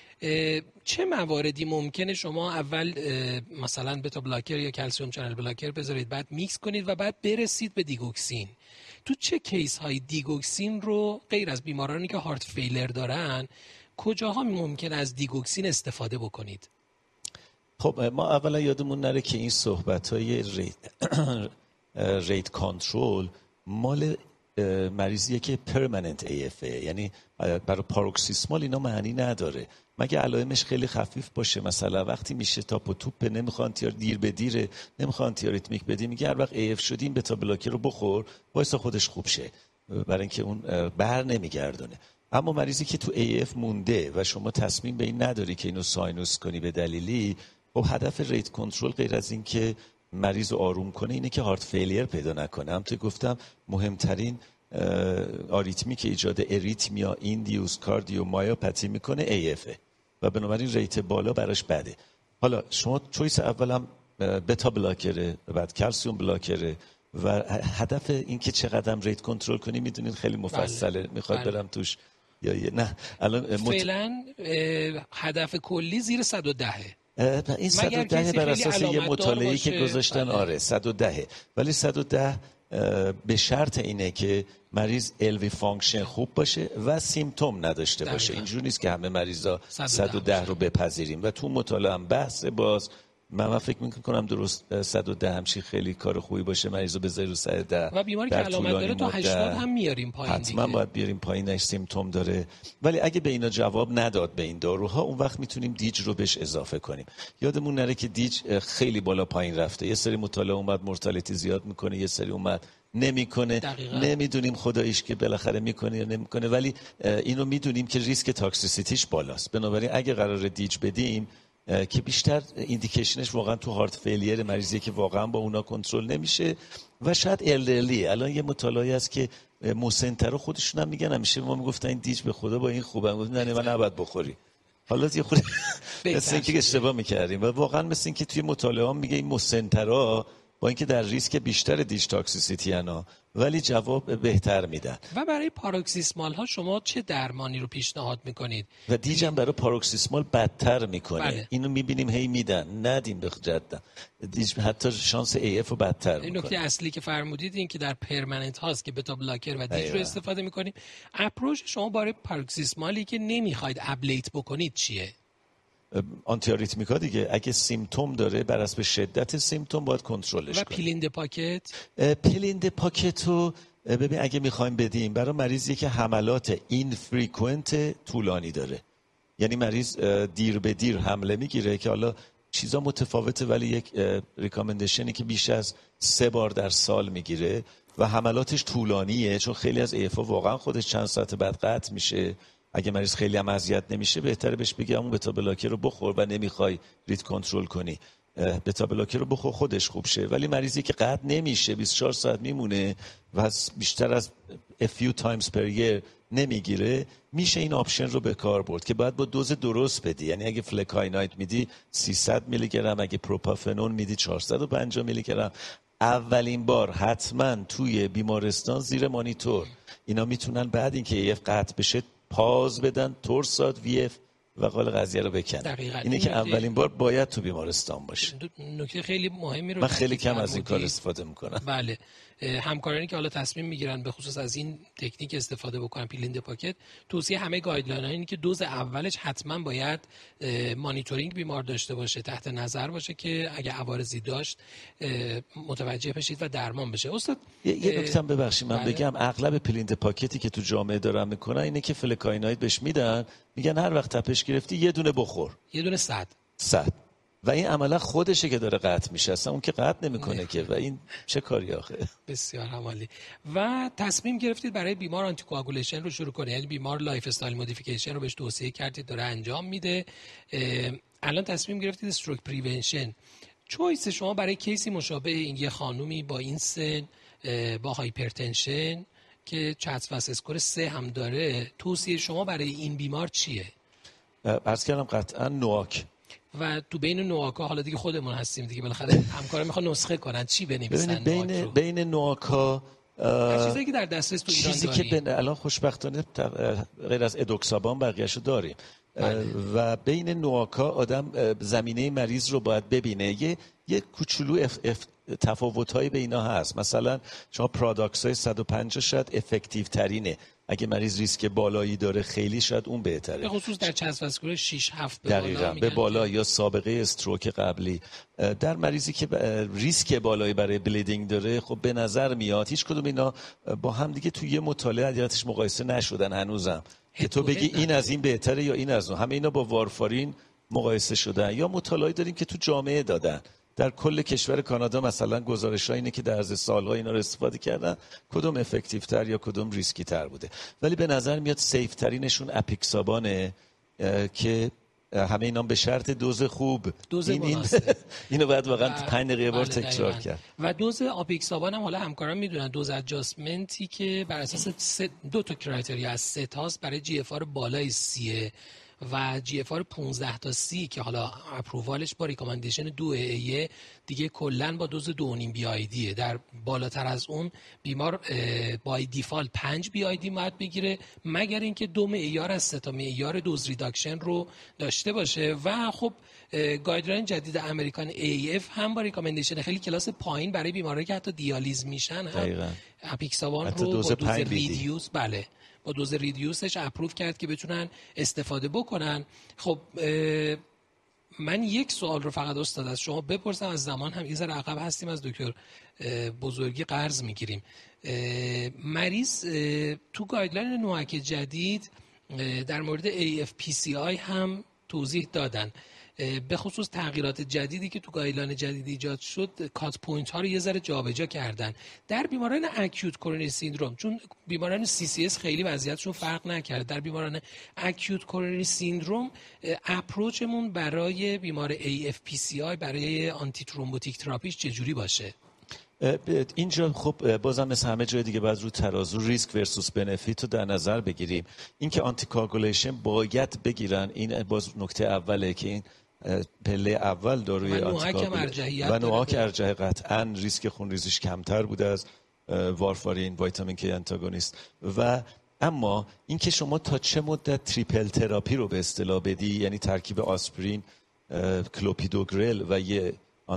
چه مواردی ممکنه شما اول مثلا بتا بلاکر یا کلسیم چنل بلاکر بذارید، بعد میکس کنید و بعد برسید به دیگوکسین؟ تو چه کیس های دیگوکسین رو غیر از بیمارانی که هارت فیلر دارن کجاها ممکن از دیگوکسین استفاده بکنید؟ خب ما اولا یادمون نره که این صحبت‌های ریت کنترل مال مریضیه که پرمننت AF، یعنی برای پاروکسیسمال اینا معنی نداره مگه علائمش خیلی خفیف باشه. مثلا وقتی میشه تاپ و توپ، نمیخوان تیار دیر به دیره، نمیخوان تیاریتمیک بدی، میگه هر وقت AF شدیم بتا بلاکر رو بخور وایسا خودش خوب شه، برای اینکه اون بر نمیگردونه. اما مریضی که تو AF مونده و شما تصمیم به این نداری که اینو ساینوس کنی به دلیلی، خب هدف ریت کنترل غیر از این که مریض رو آروم کنه اینه که هارت فیلیر پیدا نکنه. همونطور گفتم مهمترین آریتمی که ایجاد اریتمیا، ایندیوس کاردیو مایوپاتی میکنه AF و بنابراین ریت بالا براش بده. حالا شما چویس اولم بتا بلاکره، بعد کلسیم بلاکره و هدف این که چقدر ریت کنترل کنی میدونین خیلی مفصله. میخواد برم توش یا نه؟ الان فعلا هدف کلی زیر 110. این 110 بر اساس یه مطالعه‌ای که گذاشتن. آره 110، ولی 110 به شرط اینه که مریض LV فانکشن خوب باشه و سیمتوم نداشته باشه. اینجوری نیست که همه مریضا 110 رو بپذیریم و تو مطالعه هم بحث باز من فکر میکنم درست 110 همچی خیلی کار خوبی باشه مریضو بذاری رو 110 و بیماری که علامت داره تو 80 هم میاریم پایین. حتما باید بیاریم پایینش، سیمتوم داره. ولی اگه به اینا جواب نداد به این داروها، اون وقت میتونیم دیج رو بهش اضافه کنیم. یادمون نره که دیج خیلی بالا پایین رفته. یه سری مطالعه اومد مورتالتی زیاد میکنه، یه سری اومد نمیکنه. نمیدونیم خداییش که بالاخره میکنه یا نمیکنه، ولی اینو میدونیم که ریسک تاکسیسیتیش بالاست. بنابراین اگه قراره دیج بدیم که بیشتر ایندیکیشنش واقعا تو هارت فیلیر مریضیه که واقعا با اونا کنترل نمیشه و شاید الدرلی. الان یه مطالعه است که مسنترا خودشون هم میگن، همیشه ما میگفتن این دیج به خدا با این خوبه، گفتن نه من نباید بخوری. حالا یه خود مثل اینکه اشتباه میکردیم و واقعا مثل اینکه توی مطالعه ها میگه این مسنترا با اینکه در ریسک بیشتر دیج تاکسیسیتی انا ولی جواب بهتر میدن. و برای پاروکسیسمال ها شما چه درمانی رو پیشنهاد میکنید؟ و دیج هم برای پاروکسیسمال بدتر میکنه. بله. اینو میبینیم هی میدن، ندیم به جدن. دیج حتی شانس AF رو بدتر میکنه. نکته اصلی که فرمودید این که در پرمننت هاست که بتا بلاکر و دیج رو استفاده میکنیم. اپروچ شما برای پاروکسیسمالی که نمیخواید ابلیت بکنید چیه؟ آنتیاریتمیکا دیگه. اگه سیمتوم داره بر اساس شدت سیمتوم باید کنترلش کنیم. و پیلند پاکت؟ پیلند پاکت رو ببین اگه میخوایم بدیم برای مریضی که حملات اینفریکوئنت طولانی داره، یعنی مریض دیر به دیر حمله میگیره که حالا چیزا متفاوته ولی یک ریکامندیشنی که بیش از 3 بار در سال میگیره و حملاتش طولانیه، چون خیلی از AF واقعا خودش چند ساعت بعد قطع میشه. اگه مریض خیلی هم اذیت نمیشه بهتره بهش بگی اون بتا بلاکر رو بخور و نمیخوای ریت کنترل کنی، بتا بلاکر رو بخور خودش خوب شه. ولی مریضی که قطع نمیشه 24 ساعت میمونه و بیشتر از a few times per year نمیگیره، میشه این آپشن رو به کار برد که باید با دوز درست بدی. یعنی اگه فلکاینایت میدی 300 میلی گرم، اگه پروپافنون میدی 450 میلی گرم. اولین بار حتما توی بیمارستان زیر مانیتور. اینا میتونن بعد اینکه AF قطع بشه پاز بدن، تورساد وی اف و قال قضیه رو بکنن. دقیقاً. اینه که اولین بار باید تو بیمارستان باشه. نکته خیلی مهمی رو من خیلی کم از این کار استفاده میکنم. بله، همکارانی که حالا تصمیم میگیرن به خصوص از این تکنیک استفاده بکنن، پیل این د پاکت، توصیه همه گایدلاین اینه که دوز اولش حتما باید مانیتورینگ بیمار داشته باشه، تحت نظر باشه که اگه عوارضی داشت متوجه بشید و درمان بشه. استاد یه نکته ببخشید من بگم، اغلب پیل این د پاکتی که تو جامعه دارن میکنن اینه که فلکایناید بهش میدن، میگن هر وقت تپش گرفتی یه دونه بخور، یه دونه 100 و این عملا خودشه که داره قطع میشه، اصلا اون که قطع نمیکنه که، و این چه کاری آخه. بسیار عالی. و تصمیم گرفتید برای بیمار آنتی کوآگولیشن رو شروع کنید، یعنی بیمار لایف استایل مودیفیکیشن رو بهش توصیه کردید، داره انجام میده. الان تصمیم گرفتید استروک پریونشن. چویس شما برای کیسی مشابه این، یه خانومی با این سن با هایپرتنشن که چتس اسکور 3 هم داره، توصیه شما برای این بیمار چیه؟ عرض کردم قطعا نواک. و تو بین نواکا حالا دیگه خودمون هستیم دیگه، بالاخره همکارا میخوان نسخه کنن، چی بنویسن؟ بین نواکا چیزایی که در دسترس تو ایران چیزی داریم، که الان خوشبختانه غیر از ادوکسابان بقیه‌شو داریم. و بین نواکا آدم زمینه مریض رو باید ببینه. یه کوچولو تفاوت‌هایی به اینا هست. مثلا شما پراداکسای 150 شاید افکتیو ترینه، اگه مریض ریسک بالایی داره خیلی شاید اون بهتره، به خصوص در چسب اسکور 6-7 به بالا یا سابقه استروک قبلی. در مریضی که ریسک بالایی برای بلیدینگ داره، خب به نظر میاد هیچ کدوم اینا با هم دیگه توی یه مطالعه حقیقتش مقایسه نشدن هنوزم که تو بگی این از این بهتره یا این از اون. همه اینا با وارفارین مقایسه شدن، یا مطالعاتی داریم که تو جامعه دادن. در کل کشور کانادا مثلا گزارش‌ها اینه که در عرض سال‌ها اینا رو استفاده کردن، کدوم افکتیو تر یا کدوم ریسکی تر بوده. ولی به نظر میاد سیف ترینشون اپیکسابانه که همه اینا به شرط دوز خوب. اینو باید واقعا 5 دقیقه بار تکرار کرد. و دوز آپیکسابان هم حالا همکاران میدونن، دوز ادجاستمنتی که بر اساس 2 تا کرایتریا از 3 تاست برای جی اف آر بالای 30 و جی اف آر 15 تا 30 که حالا اپرووالش با ریکامندیشن 2A دیگه کلا با دوز 2.5 بی آی دیه. در بالاتر از اون بیمار بای دیفالت 5 بی آی دی باید بگیره، مگر اینکه 2 معیار از 3 تا معیار دوز ریداکشن رو داشته باشه. و خب گایدلاین جدید امریکن AF هم با ریکامندیشن خیلی کلاس پایین برای بیمارایی که حتی دیالیز میشن هم اپیکسابان رو با دوز ریدیوس با دوز ریدیوسش اپروو کرد که بتونن استفاده بکنن. خب من یک سوال رو فقط استاد از شما بپرسم، از زمان هم یه ذره عقب هستیم، از دکتر بزرگی قرض میگیریم. مریض تو گایدلاین نواک جدید در مورد AFPCI هم توضیح دادن، به خصوص تغییرات جدیدی که تو گایدلاین جدید ایجاد شد کات پوینت ها رو یه ذره جابجا کردن. در بیماران اکیوت کورونری سیندروم، چون بیماران CCS خیلی وضعیتشون فرق نکرده، در بیماران اکیوت کورونری سیندروم اپروچمون برای بیمار AFPCI برای آنتی ترومبوتیک تراپیش چجوری باشه؟ اینجا خب بازم مثل همه جای دیگه باید رو ترازو ریسک ورسوس بنفیت رو در نظر بگیریم. اینکه آنتی کوآگولیشن باید بگیرن، این باز نکته اوله که این پله اول داروی آنتیکاگولیشن و نواک ارجحیت قطعاً ریسک خونریزیش کمتر بوده از وارفارین، ویتامین کی آنتاگونیست. و اما اینکه شما تا چه مدت تریپل تراپی رو به اصطلاح بدی، یعنی ترکیب آسپرین، کلوپیدوگرل و یه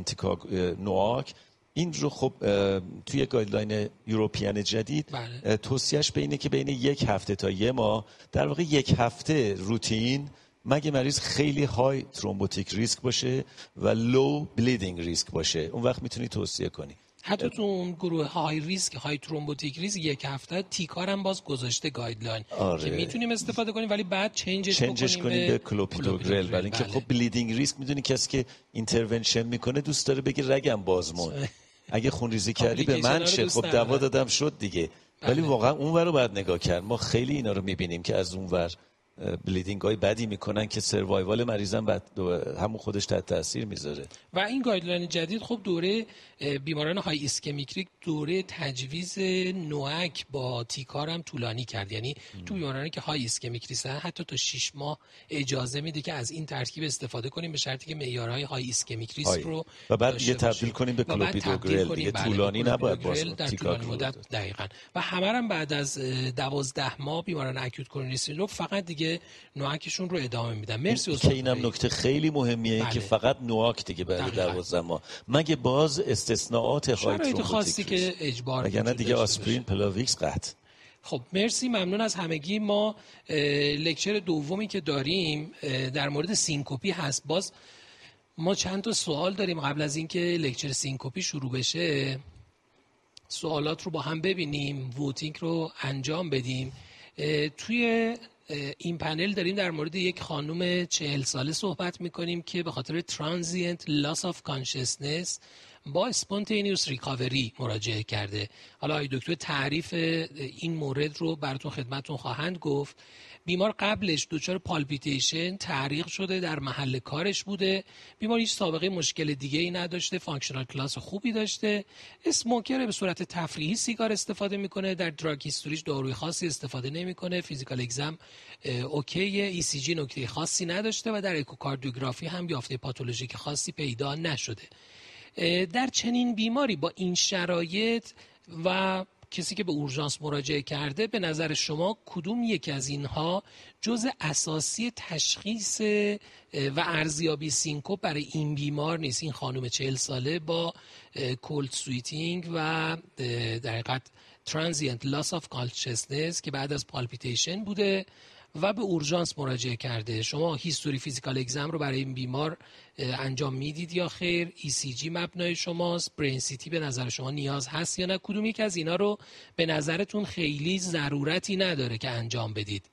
نواک، این رو خب توی گایدلاین یوروپیان جدید توصیهش به اینه که بین 1 هفته تا 1 ماه، در واقع 1 هفته روتین، مگه مریض خیلی های ترومبوتیک ریسک باشه و لو بلیدینگ ریسک باشه، اون وقت میتونی توصیه کنی. حتی تو اون گروه های ریسک، های ترومبوتیک ریسک 1 هفته تیکار هم باز گذاشته گایدلاین که میتونیم استفاده کنیم، ولی بعد چنجش کنیم به کلوپیدوگرل. ولی اینکه خب بلیدینگ ریسک میدونی کسی که اینترونشن میکنه دوست داره بگه رگم بازمون، اگه خونریزی کردی به من چه، خب دوا دادم شد دیگه. ولی واقعا اونور رو باید نگاه کرد. ما خیلی اینا رو میبینیم که از اونور بلیدینگ های بدی میکنن که سروایوال مریضم همون خودش تحت تاثیر میذاره. و این گایدلاین جدید خب دوره بیماران های ایسکمیک دوره تجویز نوآک با تیکار هم طولانی کرد. یعنی تو بیمارانی که های ایسکمیک هستن حتی تا 6 ماه اجازه میده که از این ترکیب استفاده کنیم به شرطی که معیارهای های ایسکمیک رو و بعد یه تبدیل کنیم به کلوپیدوگرل دیگه. طولانی نباید باز تیکار مدت. دقیقاً. و همه هم بعد از 12 ماه بیماران اکوت کرونری سیندروم فقط دیگه نوآکشون رو ادامه میدن. مرسی استاد. اینم نکته خیلی مهمیه. بله. که فقط نوآک دیگه بعد 12 ماه. مگه باز استثناءات های شرایط خاصی که اجبار وگرنه دیگه آسپرین پلاویکس قطع. خب مرسی، ممنون از همگی. ما لکچر دومی که داریم در مورد سینکوپی هست. باز ما چند تا سوال داریم قبل از اینکه لکچر سینکوپی شروع بشه. سوالات رو با هم ببینیم، ووتینگ رو انجام بدیم. توی این پنل داریم در مورد یک خانم 40 ساله صحبت میکنیم که به خاطر ترانزینت لاس آف کانشسنس با اسپونتینیوس ریکاوری مراجعه کرده. حالا آقای دکتر تعریف این مورد رو براتون خدمتون خواهند گفت. بیمار قبلش دچار پالپیتیشن، تعریق شده، در محل کارش بوده. بیمار هیچ سابقه مشکل دیگه ای نداشته، فانکشنال کلاس خوبی داشته. اسموکر، به صورت تفریحی سیگار استفاده میکنه، در دراگ هیستوریش داروی خاصی استفاده نمیکنه، فیزیکال اگزم اوکیه، ای سی جی نکته خاصی نداشته و در اکوکاردیوگرافی هم یافته پاتولوژیک خاصی پیدا نشده. در چنین بیماری با این شرایط و کسی که به اورژانس مراجعه کرده، به نظر شما کدوم یک از اینها جزء اساسی تشخیص و ارزیابی سینکوپ برای این بیمار نیست؟ این خانم 40 ساله با کولد سویتینگ و در حقیقت ترانزینت لاس آف کانشسنس که بعد از پالپیتیشن بوده و به اورژانس مراجعه کرده. شما هیستوری فیزیکال اگزم رو برای این بیمار انجام میدید یا خیر؟ ای سی جی مبنای شماست؟ برین سیتی به نظر شما نیاز هست یا نه؟ کدوم یک از اینا رو به نظرتون خیلی ضرورتی نداره که انجام بدید؟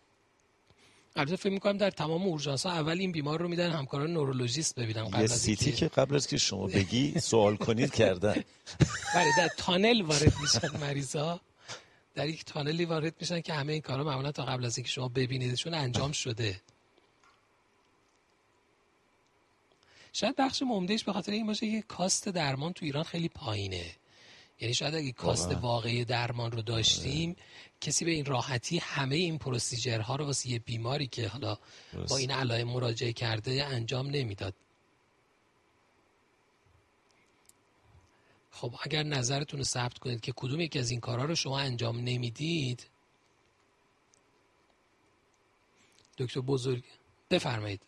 البته فکر می‌کنم در تمام اورژانس‌ها اول این بیمار رو میدن همکاران نورولوژیست ببینن قبل از سیتی که قبل از که شما بگی سوال کنید کردن. بله، در تانل وارد میشن مریضا، در یک تانلی وارد میشن که همه این کارا معمولا تا قبل از اینکه شما ببینیدشون انجام شده. شاید بخش عمده‌اش به خاطر این باشه که کاست درمان تو ایران خیلی پایینه. یعنی شاید اگه کاست واقعی درمان رو داشتیم کسی به این راحتی همه این پروسیجرها رو واسه یه بیماری که حالا با این علائم مراجعه کرده انجام نمیداد. خب اگر نظرتون رو ثبت کنید که کدوم یکی از این کارها رو شما انجام نمیدید. دکتر بزرگ بفرمایید.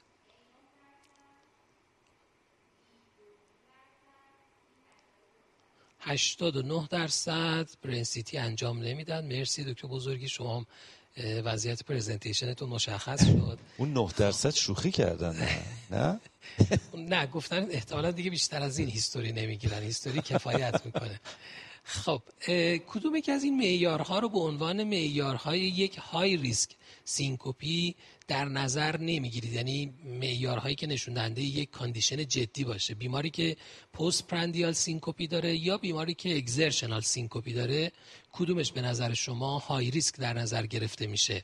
%89 برین سیتی انجام نمیدن. مرسی دکتر بزرگی، شما وضعیت پرزنتیشنتون مشخص شد. اون 9% شوخی کردن نه؟ نه گفتن احتمالا دیگه بیشتر از این هیستوری نمیگیرن، هیستوری کفایت میکنه. خب کدوم یکی از این معیارها رو به عنوان معیارهای یک های ریسک سینکوپی در نظر نمیگیرید؟ یعنی معیارهایی که نشون دهنده یک کاندیشن جدی باشه، بیماری که پست پرندیال سینکوپی داره یا بیماری که اگزرشنال سینکوپی داره، کدومش به نظر شما های ریسک در نظر گرفته میشه؟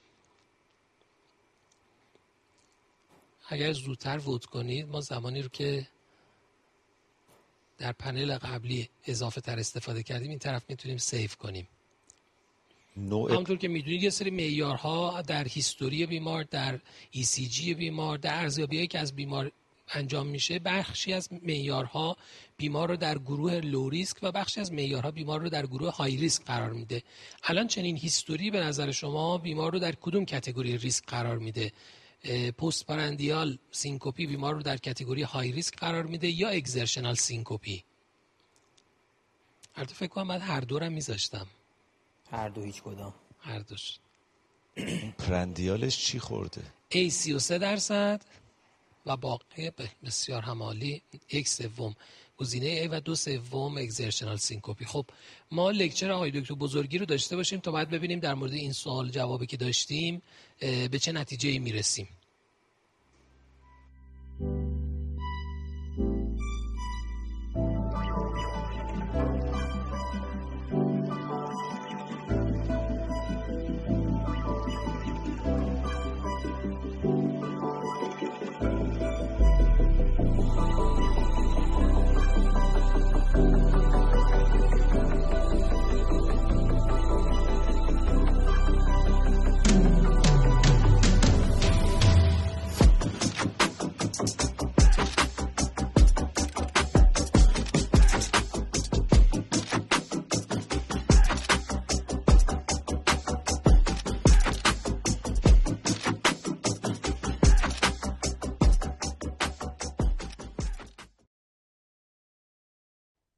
اگر زودتر ووت کنید ما زمانی رو که در پنل قبلی اضافه تر استفاده کردیم این طرف میتونیم سیو کنیم. همونطور که میدونید یه سری معیارها در هیستوری بیمار، در ای سی جی بیمار، در ارزیابی‌هایی که از بیمار انجام میشه، بخشی از معیارها بیمار رو در گروه لو ریسک و بخشی از معیارها بیمار رو در گروه های ریسک قرار میده. الان چنین هیستوری به نظر شما بیمار رو در کدوم کاتگوری ریسک قرار میده؟ پست پرندیال سینکوپی بیمار رو در کاتگوری های ریسک قرار میده یا اگزرشنال سینکوپی؟ البته فکر کنم بعد هر دو رو میذاشتم. هر دو هیچ کدام؟ هر دوش. پرندیالش چی خورده؟ A 33% و باقی بسیار همالی، یک سوم گزینه A و 2/3 اگزرشنال سینکوپی. خب ما لکچر آقای دکتر بزرگی رو داشته باشیم تا بعد ببینیم در مورد این سوال جوابی که داشتیم به چه نتیجه‌ای میرسیم.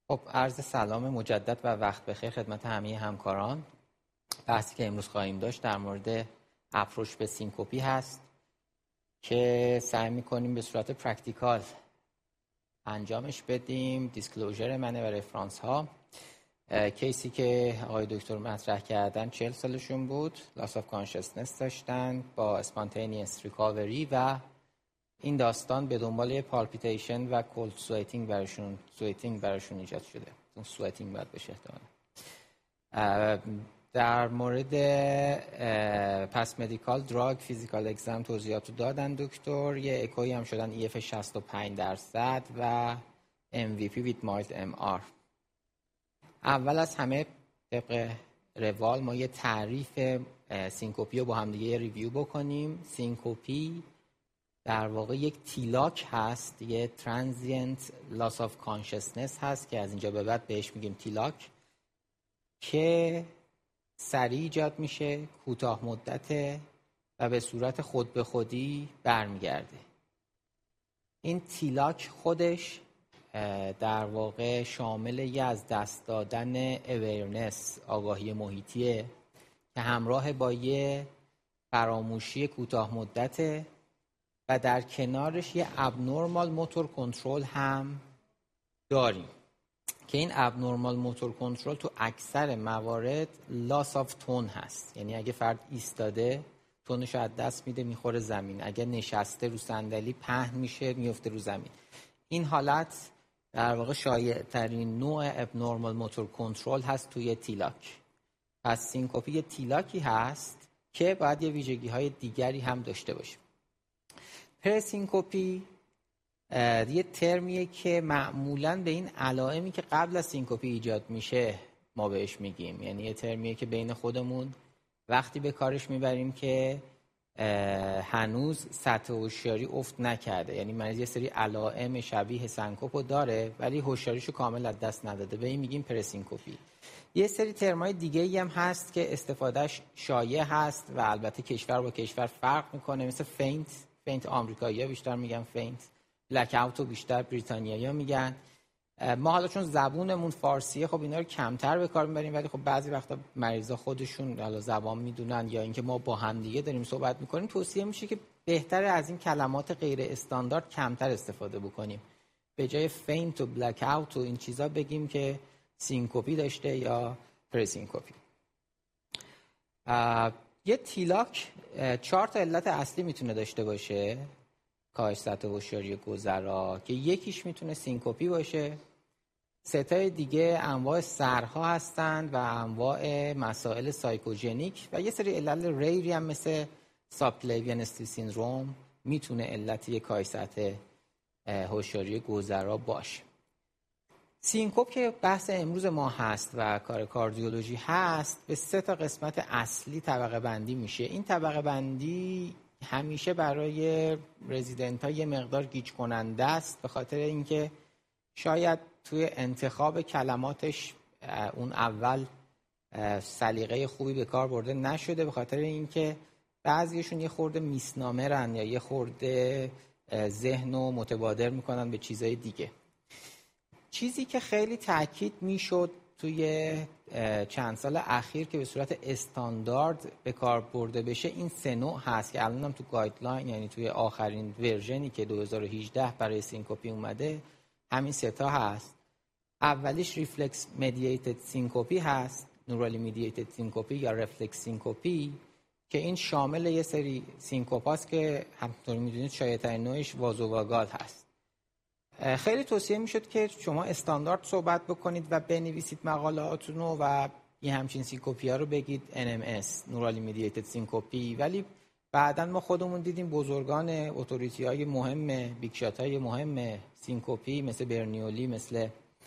خب عرض سلام مجدد و وقت بخیر خدمت همه همکاران. بحثی که امروز خواهیم داشت در مورد اپروچ به سینکوپی هست که سعی می‌کنیم به صورت پرکتیکال انجامش بدیم. دیسکلوژر منه و رفرانس ها. کیسی که آقای دکتر مطرح کردن 40 سالشون بود، لاس آف کانشسنس داشتن با اسپانتینیوس ریکاوری و این داستان به دنبال پالپیتیشن و کولد سویتینگ براشون ایجاد شده. اون سویتینگ باید بشه احتمالاً. در مورد پس مدیکال دراگ فیزیکال اگزم توضیحاتو دادن دکتر. یه اکویی هم شدن EF 65% و MVP with mild MR. اول از همه طبق روال ما یه تعریف سینکوپی رو با هم دیگه ریویو بکنیم. سینکوپی در واقع یک تیلاک هست، یه ترانزینت لاس آف کانشسنس هست که از اینجا به بعد بهش میگیم تیلاک، که سریع ایجاد میشه، کوتاه مدته و به صورت خود به خودی برمیگرده. این تیلاک خودش در واقع شامل یه از دست دادن اویرنس، آگاهی محیطیه که همراه با یه فراموشی کوتاه مدته و در کنارش یه ابنورمال موتور کنترل هم داریم که این ابنورمال موتور کنترل تو اکثر موارد لاس آف تون هست. یعنی اگه فرد ایستاده تونش از دست میده میخوره زمین، اگه نشسته رو صندلی پهن میشه میفته رو زمین. این حالت در واقع شایع ترین نوع ابنورمال موتور کنترل هست توی تیلاک. پس سینکوپی یه تیلاکی هست که باید یه ویژگی های دیگری هم داشته باشه. پرسینکوپی یه ترمیه که معمولاً به این علائمی که قبل از سینکوپی ایجاد میشه ما بهش میگیم. یعنی یه ترمیه که بین خودمون وقتی به کارش میبریم که هنوز سطح هوشیاری افت نکرده، یعنی مریض یه سری علائم شبیه سینکوپو داره ولی هوشیاریشو کامل از دست نداده، به این میگیم پرسینکوپی. یه سری ترمای دیگه‌ای هم هست که استفادهش شایع هست و البته کشور با کشور فرق میکنه، مثل فینت آمریکایی‌ها بیشتر میگن فینت، بلک اوت رو بیشتر بریتانیایی‌ها میگن. ما حالا چون زبونمون فارسیه خب اینا رو کمتر به کار میبریم، ولی خب بعضی وقتا مریضا خودشون حالا زبان میدونن یا اینکه ما با هم دیگه داریم صحبت میکنیم، توصیه میشه که بهتره از این کلمات غیر استاندارد کمتر استفاده بکنیم. به جای فینت و بلک اوت و این چیزا بگیم که سینکوپی داشته یا پرسینکوپی. یه تیلاک 4 تا علت اصلی میتونه داشته باشه، کاهش سطح هوشیاری گذرا، که یکیش میتونه سینکوپی باشه. 3 تا دیگه انواع سرها هستند و انواع مسائل سایکوژنیک و یه سری علل ریری هم مثل سابکلیویان استیل سیندروم میتونه علتی کاهش سطح هوشیاری گذرا باشه. سینکوپ که بحث امروز ما هست و کار کاردیولوژی هست به 3 تا قسمت اصلی طبقه بندی میشه. این طبقه بندی همیشه برای رزیدنت ها یه مقدار گیج کننده است، به خاطر اینکه شاید توی انتخاب کلماتش اون اول سلیقه خوبی به کار برده نشده، به خاطر اینکه بعضیشون یه خورده میسنامرن یا یه خورده ذهن رو متبادر میکنن به چیزای دیگه. چیزی که خیلی تاکید میشد توی چند سال اخیر که به صورت استاندارد به کار برده بشه این 3 نوع هست که الان هم تو گایدلاین، یعنی توی آخرین ورژنی که 2018 برای سینکوپی اومده همین 3 تا هست. اولیش ریفلکس مدییتد سینکوپی هست، نورالی مدییتد سینکوپی یا رفلکس سینکوپی، که این شامل یه سری سینکوپاست که همونطور میدونید شایع‌ترین نوعش وازوواگال هست. خیلی توصیه میشد که شما استاندارد صحبت بکنید و بنویسید مقالهاتونو و این همچین سینکوپی ها رو بگید NMS نورالی مدییتد سینکوپی، ولی بعداً ما خودمون دیدیم بزرگان اتوریتی های مهم، بیگشات های مهم سینکوپی مثل برنیولی، مثل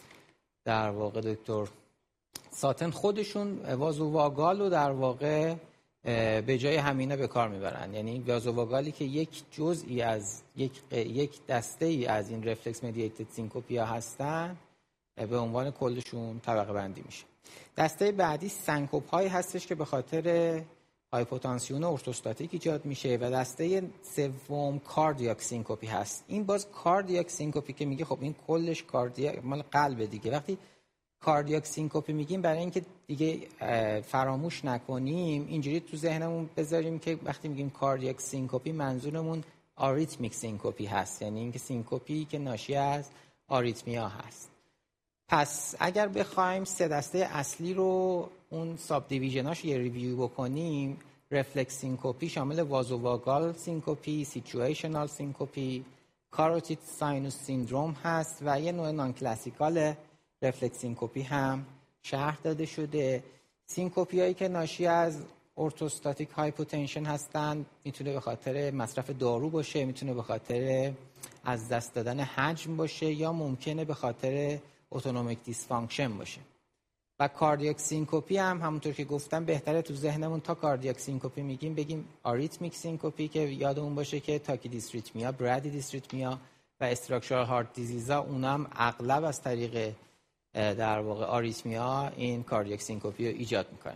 در واقع دکتر ساتن، خودشون وازوواگال رو در واقع به جای همینا به کار میبرن. یعنی وازوواگالی که یک جزئی از یک دسته ای از این رفلکس مدییتد سینکوپیا هستن به عنوان کلشون طبقه بندی میشه. دسته بعدی سنکوپ هایی هستش که به خاطر هایپوتانسیون ارتوستاتیک ایجاد میشه و دسته سوم کاردیاک سینکوپی هست. این باز کاردیاک سینکوپی که میگه خب این کلش کاردیاک مال قلب دیگه. وقتی کاردیاک سینکوپی میگیم برای اینکه دیگه فراموش نکنیم، اینجوری تو ذهنمون بذاریم که وقتی میگیم کاردیاک سینکوپی منظورمون آریتمیک سینکوپی هست، یعنی اینکه سینکوپی که ناشی از آریتمیا هست. پس اگر بخوایم 3 دسته اصلی رو اون ساب دیویژناش یه ریویو بکنیم، رفلکس سینکوپی شامل وازوواگال سینکوپی، سیچویشنال سینکوپی، کاروتید ساینوس سیندروم هست و یه نوع نان کلاسیکال رفلکس سینکوپی هم شرح داده شده. سینکوپی هایی که ناشی از ارتوستاتیک هایپوتنشن هستن میتونه به خاطر مصرف دارو باشه، میتونه به خاطر از دست دادن حجم باشه یا ممکنه به خاطر اتونومیک دیسفانکشن باشه. و کاردیاک سینکوپی هم همونطور که گفتم بهتره تو ذهنمون تا کاردیاک سینکوپی میگیم بگیم آریتمیک سینکوپی که یادمون باشه که تاکی دیستریتمیا، برادی دیستریتمیا و استراکچرال هارت دیزیزا اونا هم اغلب از طریق در واقع آریتمیا این کاردیاک سینکوپی رو ایجاد میکنن.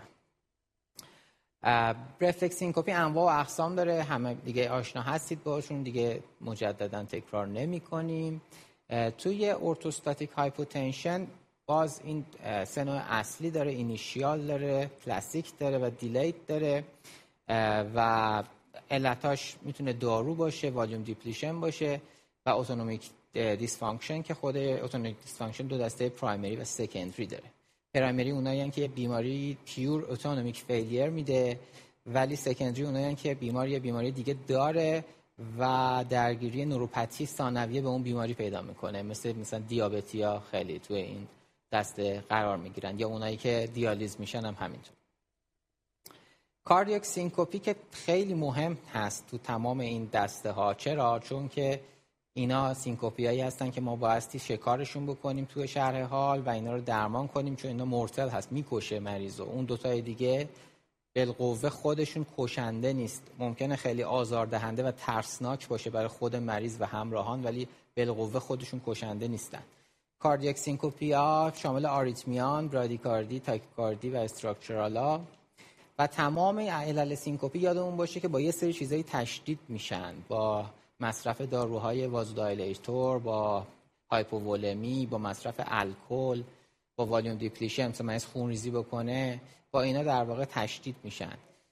رفلکس سینکوپی انواع و اقسام داره، همه دیگه آشنا هستید باشون، دیگه مجددا تکرار نمی کنیم. توی ارتوستاتیک هایپوتنشن باز این 3 نوع اصلی داره، اینیشیال داره، کلاسیک داره و دیلیت داره و علتاش میتونه دارو باشه، والیوم دیپلیشن باشه و اتونومیک دیسفانکشن که خود اتونومیک دیسفانکشن 2 دسته پرایمری و سکندری داره. پرایمری اونایی هستن که بیماری پیور اتونومیک فیلیر میده، ولی سکندری اونایی هستن که بیماری دیگه داره و درگیری نوروپاتی ثانویه به اون بیماری پیدا میکنه، مثلا دیابتیا خیلی توی این دسته قرار میگیرن یا اونایی که دیالیز میشن هم همینطور. کاردیاک سینکوپی که خیلی مهم هست تو تمام این دسته ها. چرا؟ چون که اینا سینکوپی هایی هستن که ما بایستی شکارشون بکنیم توی شرح حال و اینا رو درمان کنیم، چون اینا مورتل هست، میکشه مریضو. اون دوتای دیگه بالقوه خودشون کشنده نیست، ممکنه خیلی آزاردهنده و ترسناک باشه برای خود مریض و همراهان، ولی بالقوه خودشون کشنده نیستن. کاردیاک سینکوپیا شامل آریتمیان، برادیکاردی، تاکیکاردی و استراکچرالا و تمام علل سینکوپی یادمون باشه که با یه سری چیزایی تشدید میشن، با مصرف داروهای وازودایلیتور، با هایپوولمی، با مصرف الکل، با والیوم دیپلیشن مثلا مریض خونریزی بکنه، با اینا در واقع تشدید میشن.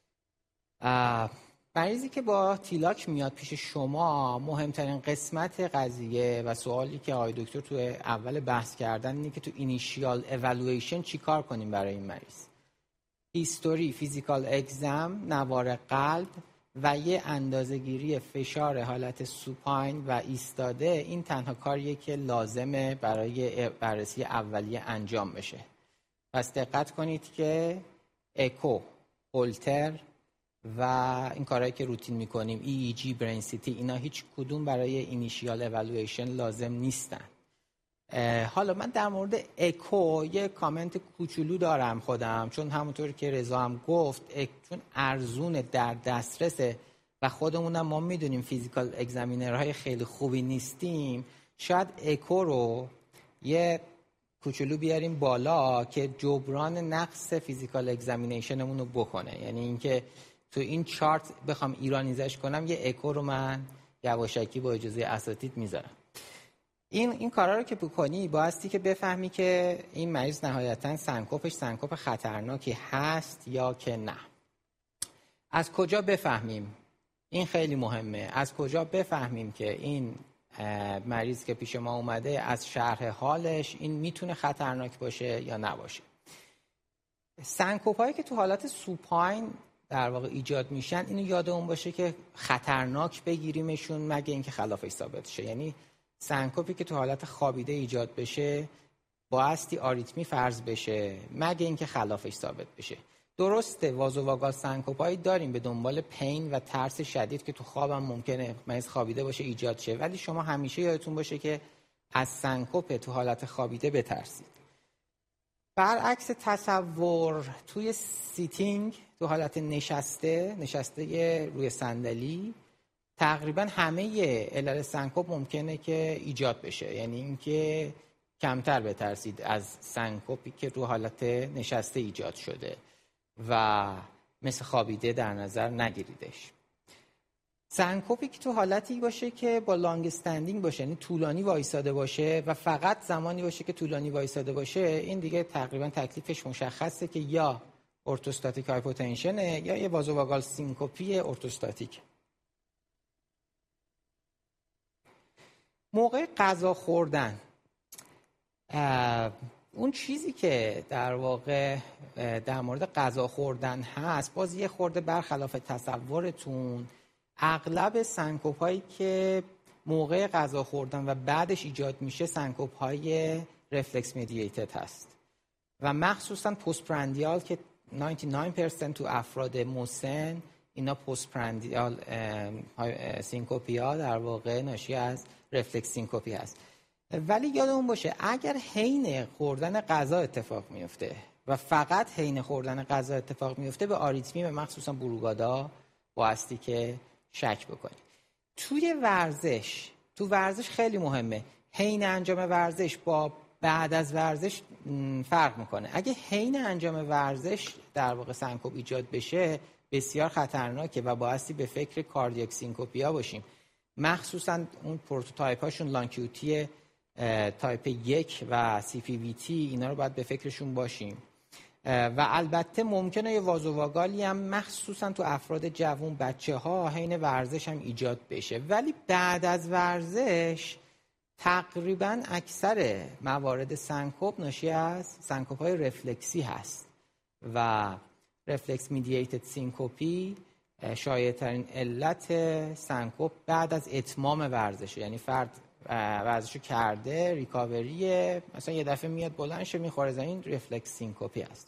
مریضی که با تیلاک میاد پیش شما، مهمترین قسمت قضیه و سوالی که آقای دکتر تو اول بحث کردن اینه که تو اینیشیال اِوالویشن چی کار کنیم برای این مریض. هیستوری، فیزیکال اگزم، نوار قلب و یه اندازه‌گیری فشار حالت سوپاین و ایستاده، این تنها کاریه که لازمه برای بررسی اولیه انجام بشه. پس دقت کنید که اکو، هولتر و این کارهایی که روتین میکنیم، EEG، برین سیتی، اینا هیچ کدوم برای اینیشیال اِوالویشن لازم نیستن. حالا من در مورد اکو یه کامنت کوچولو دارم خودم، چون همونطور که رضا هم گفت چون ارزون در دسترسه و خودمونم ما میدونیم فیزیکال اگزامینرهای خیلی خوبی نیستیم، شاید اکو رو یه کوچولو بیاریم بالا که جبران نقص فیزیکال اگزامینیشنمون رو بکنه. یعنی اینکه تو این چارت بخوام ایرانیزش کنم یه اکو رو من یواشکی با اجازه اساتید میذارم. این کارا رو که بکنی بایستی که بفهمی که این مریض نهایتاً سنکوپش سنکوپ خطرناکی هست یا که نه. از کجا بفهمیم؟ این خیلی مهمه. از کجا بفهمیم که این مریض که پیش ما اومده از شرح حالش این میتونه خطرناک باشه یا نباشه. سنکوپ هایی که تو حالت سوپاین در واقع ایجاد میشن، اینو یادمون باشه که خطرناک بگیریمشون مگه اینکه خلافش ثابت شه. یعنی سنکوپی که تو حالت خوابیده ایجاد بشه بایستی آریتمی فرض بشه مگه اینکه خلافش ثابت بشه. درسته وازوواگال سنکوپایی داریم به دنبال پین و ترس شدید که تو خوابم ممکنه مریض خوابیده باشه ایجاد شه، ولی شما همیشه یادتون باشه که از سنکوپ تو حالت خوابیده بترسید. برعکس تصور توی سیتینگ، تو حالت نشسته روی صندلی، تقریبا همه علل سنکوپ ممکنه که ایجاد بشه. یعنی اینکه کمتر بترسید از سنکوپی که رو حالت نشسته ایجاد شده و مثل خوابیده در نظر نگیریدش. سنکوپی که تو حالتی باشه که با لانگ استندینگ باشه، یعنی طولانی وایساده باشه و فقط زمانی باشه که طولانی وایساده باشه، این دیگه تقریبا تکلیفش مشخصه که یا ارتوستاتیک هایپوتنشنه یا یه وازوواگال سینکوپی ارتوستاتیک. موقع غذا خوردن، اون چیزی که در واقع در مورد غذا خوردن هست، باز یه خورده برخلاف تصورتون، اغلب سنکوپ هایی که موقع غذا خوردن و بعدش ایجاد میشه سنکوپ های رفلکس مدییتد هست و مخصوصا پست پرندیال که 99% تو افراد مسن اینا پست پرندیال سینکوپی ها در واقع ناشی از رفلکس سینکوپی هست. ولی یادمون باشه اگر حین خوردن غذا اتفاق میفته و فقط حین خوردن غذا اتفاق میفته، به آریتمی و مخصوصا بروگادا بایستی که شک بکنید. تو ورزش خیلی مهمه. حین انجام ورزش با بعد از ورزش فرق میکنه. اگه حین انجام ورزش در واقع سنکوپ ایجاد بشه بسیار خطرناکه و بایستی به فکر کاردیاک سینکوپیا باشیم. مخصوصا اون پروتوتایپ هاشون لانکیوتی تایپ 1 و CPVT، اینا رو باید به فکرشون باشیم. و البته ممکنه یه وازوواگالی هم مخصوصا تو افراد جوان، بچه ها، حین ورزش هم ایجاد بشه. ولی بعد از ورزش تقریبا اکثر موارد سنکوپ ناشی از سنکوپ های رفلکسی هست و رفلکس میدییتد سینکوپی شایع‌ترین علت سنکوپ بعد از اتمام ورزشه. یعنی فرد ورزشو کرده، ریکاوریه، مثلا یه دفعه میاد بلند شه میخوره زمین، رفلکس سینکوپی هست.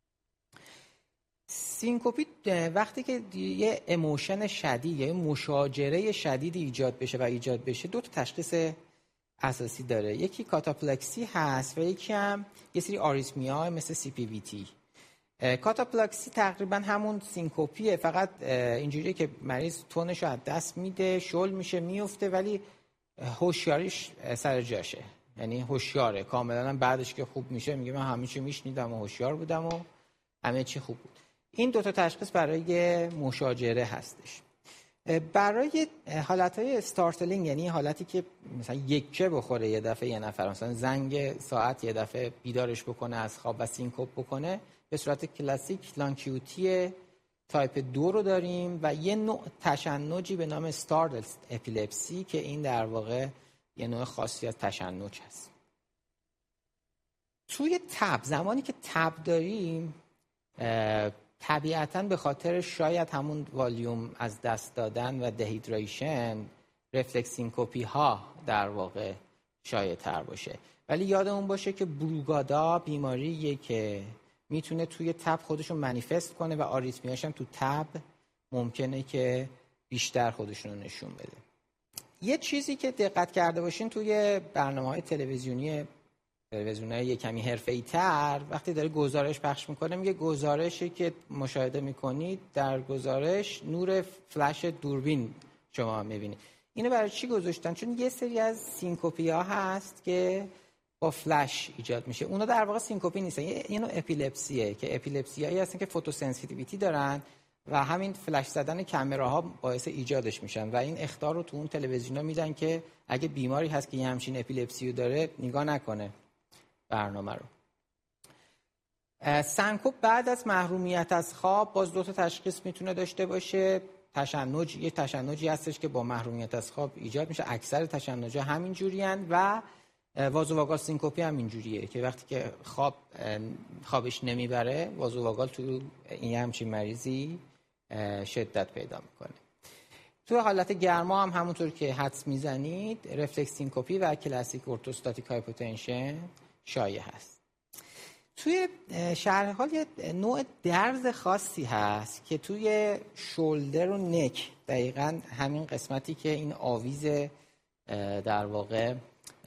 سینکوپی وقتی که یه اموشن شدید یا مشاجره شدید ایجاد بشه دو تا تشخیص اساسی داره. یکی کاتاپلکسی هست و یکی هم یه سری آریتمیا مثل CPVT. کاتاپلکسی تقریبا همون سینکوپیه، فقط اینجوریه که مریض تونش رو از دست میده، شل میشه، میفته، ولی هوشیاریش سر جاشه. یعنی هوشیاره کاملا. بعدش که خوب میشه میگه من همه چی میشنیدم و هوشیار بودم و همه چی خوب بود. این دو تا تشخیص برای مشاجره هستش. برای حالتهای استارتلینگ، یعنی حالتی که مثلا یکه بخوره یه دفعه یه نفر، مثلا زنگ ساعت یه دفعه بیدارش بکنه از خواب و سینکوپ بکنه، به صورت کلاسیک لانکیوتی تایپ 2 رو داریم و یه نوع تشنجی به نام ستاردل اپیلپسی که این در واقع یه نوع خاصی از تشنج هست. توی تب، زمانی که تب داریم طبیعتاً به خاطر شاید همون والیوم از دست دادن و دهیدریشن رفلکس سینکوپی ها در واقع شایع تر باشه. ولی یادمون باشه که بروگادا بیماریه که میتونه توی تب خودشون منیفست کنه و آریتمیاش هم تو تب ممکنه که بیشتر خودشون رو نشون بده. یه چیزی که دقت کرده باشین توی برنامه‌های تلویزیونی یه کمی حرفه‌ای تر، وقتی داره گزارش پخش میکنه میگه گزارشی که مشاهده میکنید در گزارش نور فلش دوربین شما میبینید. اینو برای چی گذاشتن؟ چون یه سری از سینکوپیا هست که با فلش ایجاد میشه. اونا در واقع سینکوپی نیستن، اینو اپیلپسیه که اپیلپسیایی هستن که فوتوسنسیتیویتی دارن و همین فلش زدن کامراها باعث ایجادش میشن و این اخطار رو تو اون تلویزیونا میدن که اگه بیماری هست که یه همچین اپیلپسی رو داره نگاه نکنه برنامه رو. سنکوپ بعد از محرومیت از خواب باز دو تا تشخیص میتونه داشته باشه. تشنج، یه تشنجی هستش که با محرومیت از خواب ایجاد میشه، اکثر تشنج‌ها همین جوریان و وازوواگال سینکوپی هم اینجوریه که وقتی که خوابش نمیبره وازوواگال تو این همچین مریضی شدت پیدا میکنه. تو حالت گرما هم همونطور که حدس میزنید رفلکس سینکوپی و کلاسیک ارتوستاتیک هایپوتنشن شایع هست. توی شرح حال یه نوع درز خاصی هست که توی شولدر و نک، دقیقاً همین قسمتی که این آویز در واقع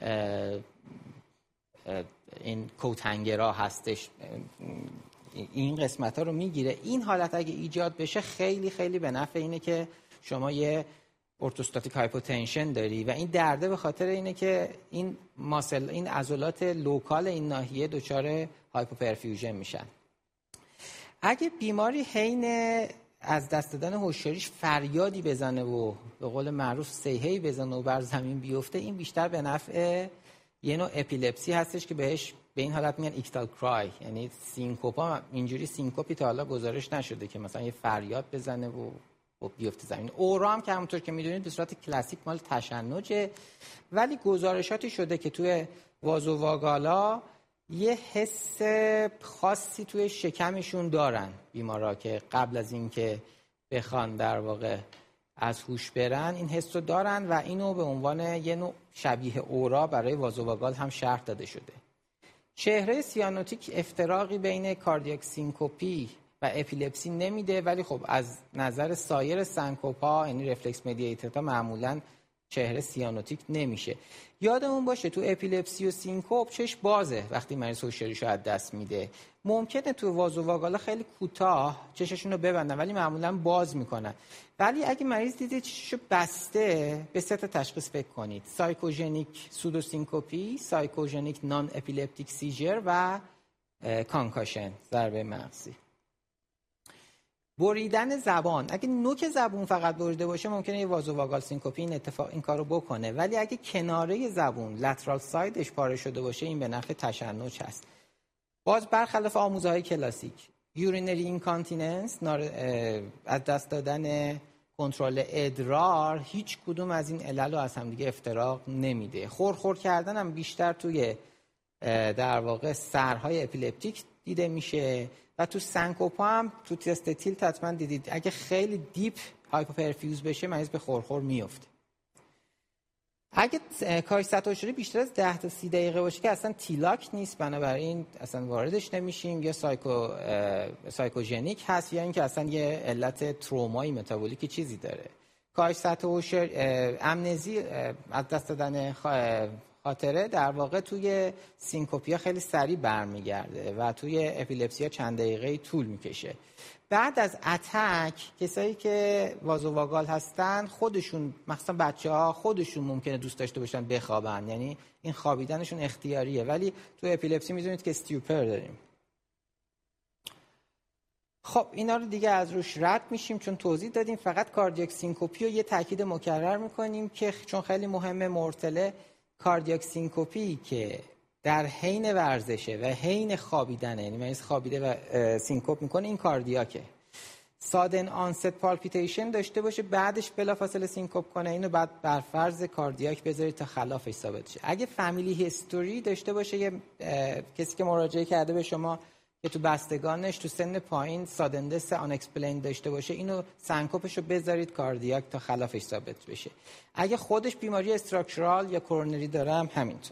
این کوتنگرا هستش، این قسمت ها رو میگیره. این حالت اگه ایجاد بشه خیلی خیلی به نفع اینه که شما یه ارتوستاتیک هایپوتنشن داری و این درده به خاطر اینه که این عضلات لوکال این ناحیه دچار هایپوپرفیوژن میشن. اگه بیماری حین از دست دادن هوشیاریش فریادی بزنه و به قول معروف سیهی بزنه و بر زمین بیفته، این بیشتر به نفع یه نوع اپیلپسی هستش که بهش به این حالت میگن ایکتال کرای، یعنی سینکوپا. اینجوری سینکوپی تا حالا گزارش نشده که مثلا یه فریاد بزنه و بیفته زمین. اورا هم که همونطور که میدونید به صورت کلاسیک مال تشنجه، ولی گزارشاتی شده که توی وازوواگالا یه حس خاصی توی شکمشون دارن بیمارا که قبل از اینکه بخوان در واقع از هوش برن این حس رو دارن و اینو به عنوان یه نوع شبیه اورا برای وازوواگال هم شرح داده شده. چهره سیانوتیک افتراقی بین کاردیاک سینکوپی و اپیلپسی نمیده، ولی خب از نظر سایر سنکوپا یعنی رفلکس مدییترها معمولاً چهره سیانوتیک نمیشه. یادمون باشه تو اپیلپسی و سینکوپ چشم بازه وقتی مریض هوشیاریشو از دست میده. ممکنه تو وازوواگالا خیلی کوتاه چششون رو ببندن ولی معمولا باز میکنن. ولی اگه مریض دیده چششو بسته به سه تا تشخیص فکر کنید: سایکوژنیک سودوسینکوپی، سایکوژنیک نان اپیلپتیک سیجر و کانکاشن، ضربه مغزی. بریدن زبان، اگه نوک زبون فقط بریده باشه ممکنه یه وازوواگال سینکوپی این کارو بکنه، ولی اگه کناره زبون لترال سایدش پاره شده باشه این به نفع تشنج هست. باز برخلاف آموزه‌های کلاسیک یورینری اینکانتیننس، از دست دادن کنترل ادرار، هیچ کدوم از این علل رو از هم دیگه افتراق نمیده. خورخور کردن هم بیشتر توی در واقع سرهای اپیلپتیک دیده میشه و تو سنکوپا هم تو تست تیلت حتما دیدید اگه خیلی دیپ هایپوپرفیوز بشه مریض به خورخور میفته. اگه کاهش سطح هوشیاری بیشتر از 10 تا 30 دقیقه باشه که اصلا تیلاک نیست، بنابراین اصلا واردش نمیشیم، یا سایکوژنیک هست یا اینکه اصلا یه علت ترومایی متابولیکی چیزی داره. کاهش سطح هوشیاری، امنزی، از دست دادن خاطره در واقع توی سینکوپیا خیلی سریع برمیگرده و توی اپیلپسیا چند دقیقه طول میکشه. بعد از اتک کسایی که وازوواگال هستن خودشون، مثلا بچه‌ها خودشون ممکنه دوست داشته باشن بخوابن، یعنی این خوابیدنشون اختیاریه، ولی تو اپیلپسی میدونید که استیوپر داریم. خب اینا رو دیگه از روش رد میشیم چون توضیح دادیم. فقط کاردیاک سینکوپی رو یه تاکید مکرر میکنیم که چون خیلی مهمه مرتله، کاردیاک سینکوپی که در حین ورزشه و حین خوابیدنه، یعنی مریض خوابیده و سینکوپ میکنه، این کاردیاکه. سادن آنست پالپیتیشن داشته باشه بعدش بلافاصله سینکوپ کنه، اینو بعد بر فرض کاردیاک بذارید تا خلافش ثابت شه. اگه فامیلی هیستوری داشته باشه، یه کسی که مراجعه کرده به شما که تو بستگانش تو سن پایین سادن دث آن اکسپلین داشته باشه، اینو سنکوپشو بذارید کاردیاک تا خلافش ثابت بشه. اگه خودش بیماری استراکچرال یا کورونری داره هم همینطور.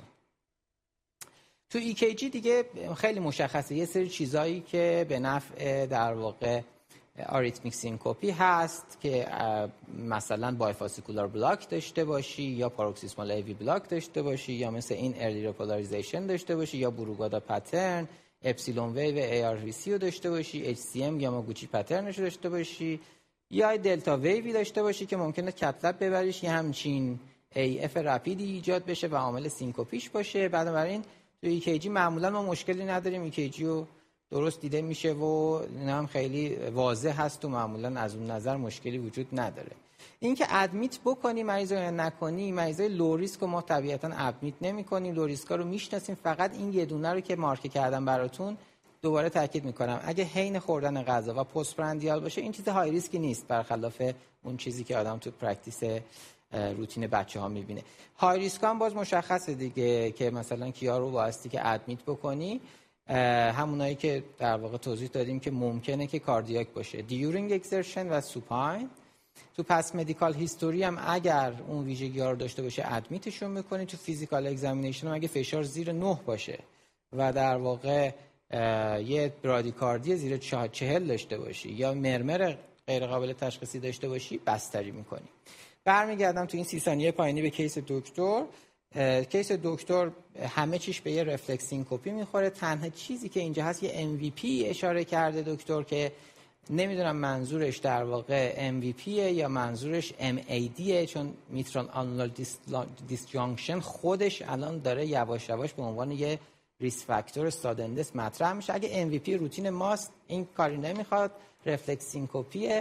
تو EKG دیگه خیلی مشخصه یه سری چیزایی که به نفع در واقع آریتمیک سینکوپی هست که مثلا بایفاسیکولار بلاک داشته باشی یا پاروکسیسمال ایوی بلاک داشته باشی یا مثل این ارلی پولاریزیشن داشته باشی یا بروگادا پترن، اپسیلون ویو ARVC رو داشته باشی، HCM یاماگوچی پترنش رو داشته باشی یا دلتا ویوی داشته باشی که ممکنه کتلب ببریش یه همچین AF رپیدی ایجاد بشه و عامل سینکوپیش باشه. بنابراین تو EKG معمولا ما مشکلی نداریم، EKG رو درست دیده میشه و این هم خیلی واضح هست و معمولا از اون نظر مشکلی وجود نداره. اینکه ادمیت بکنی مریض رو یا نکنی، مریضای لو ریسک رو ما طبیعتا ادمیت نمی‌کنیم، لو ریسکا رو میشناسیم. فقط این یه دونه رو که مارک کردم براتون دوباره تاکید میکنم، اگه حین خوردن غذا و پست پرندیال باشه این چیز های ریسکی نیست، برخلاف اون چیزی که آدم تو پرکتیس روتین بچه‌ها می‌بینه. های ریسک هم باز مشخصه دیگه که مثلا کیا رو واسطی که ادمیت بکنی، همونایی که در واقع توضیح دادیم که ممکنه که کاردیاک باشه، دیورینگ اکسرشن و سوپاین. تو پس مدیکال هیستوری هم اگر اون ویژگی‌ها رو داشته باشه ادمیتشون می‌کنی. تو فیزیکال اگزامینیشن هم اگه فشار زیر 9 باشه و در واقع یه برادیکاردی زیر 40 داشته باشی یا مرمر غیر قابل تشخیصی داشته باشی بستری می‌کنی. برمیگردم تو این 30 ثانیه پایینی به کیس دکتر. کیس دکتر همه چیش به یه رفلکس سینکوپی میخوره. تنها چیزی که اینجا هست یه MVP اشاره کرده دکتر که نمیدونم منظورش در واقع MVP یا منظورش MAD، چون میترال آنولار دیسجانکشن خودش الان داره یواش یواش به عنوان یه ریس فاکتور سادندس مطرح میشه. اگه MVP روتین ماست این کاری نمیخواد، رفلکس سینکوپیه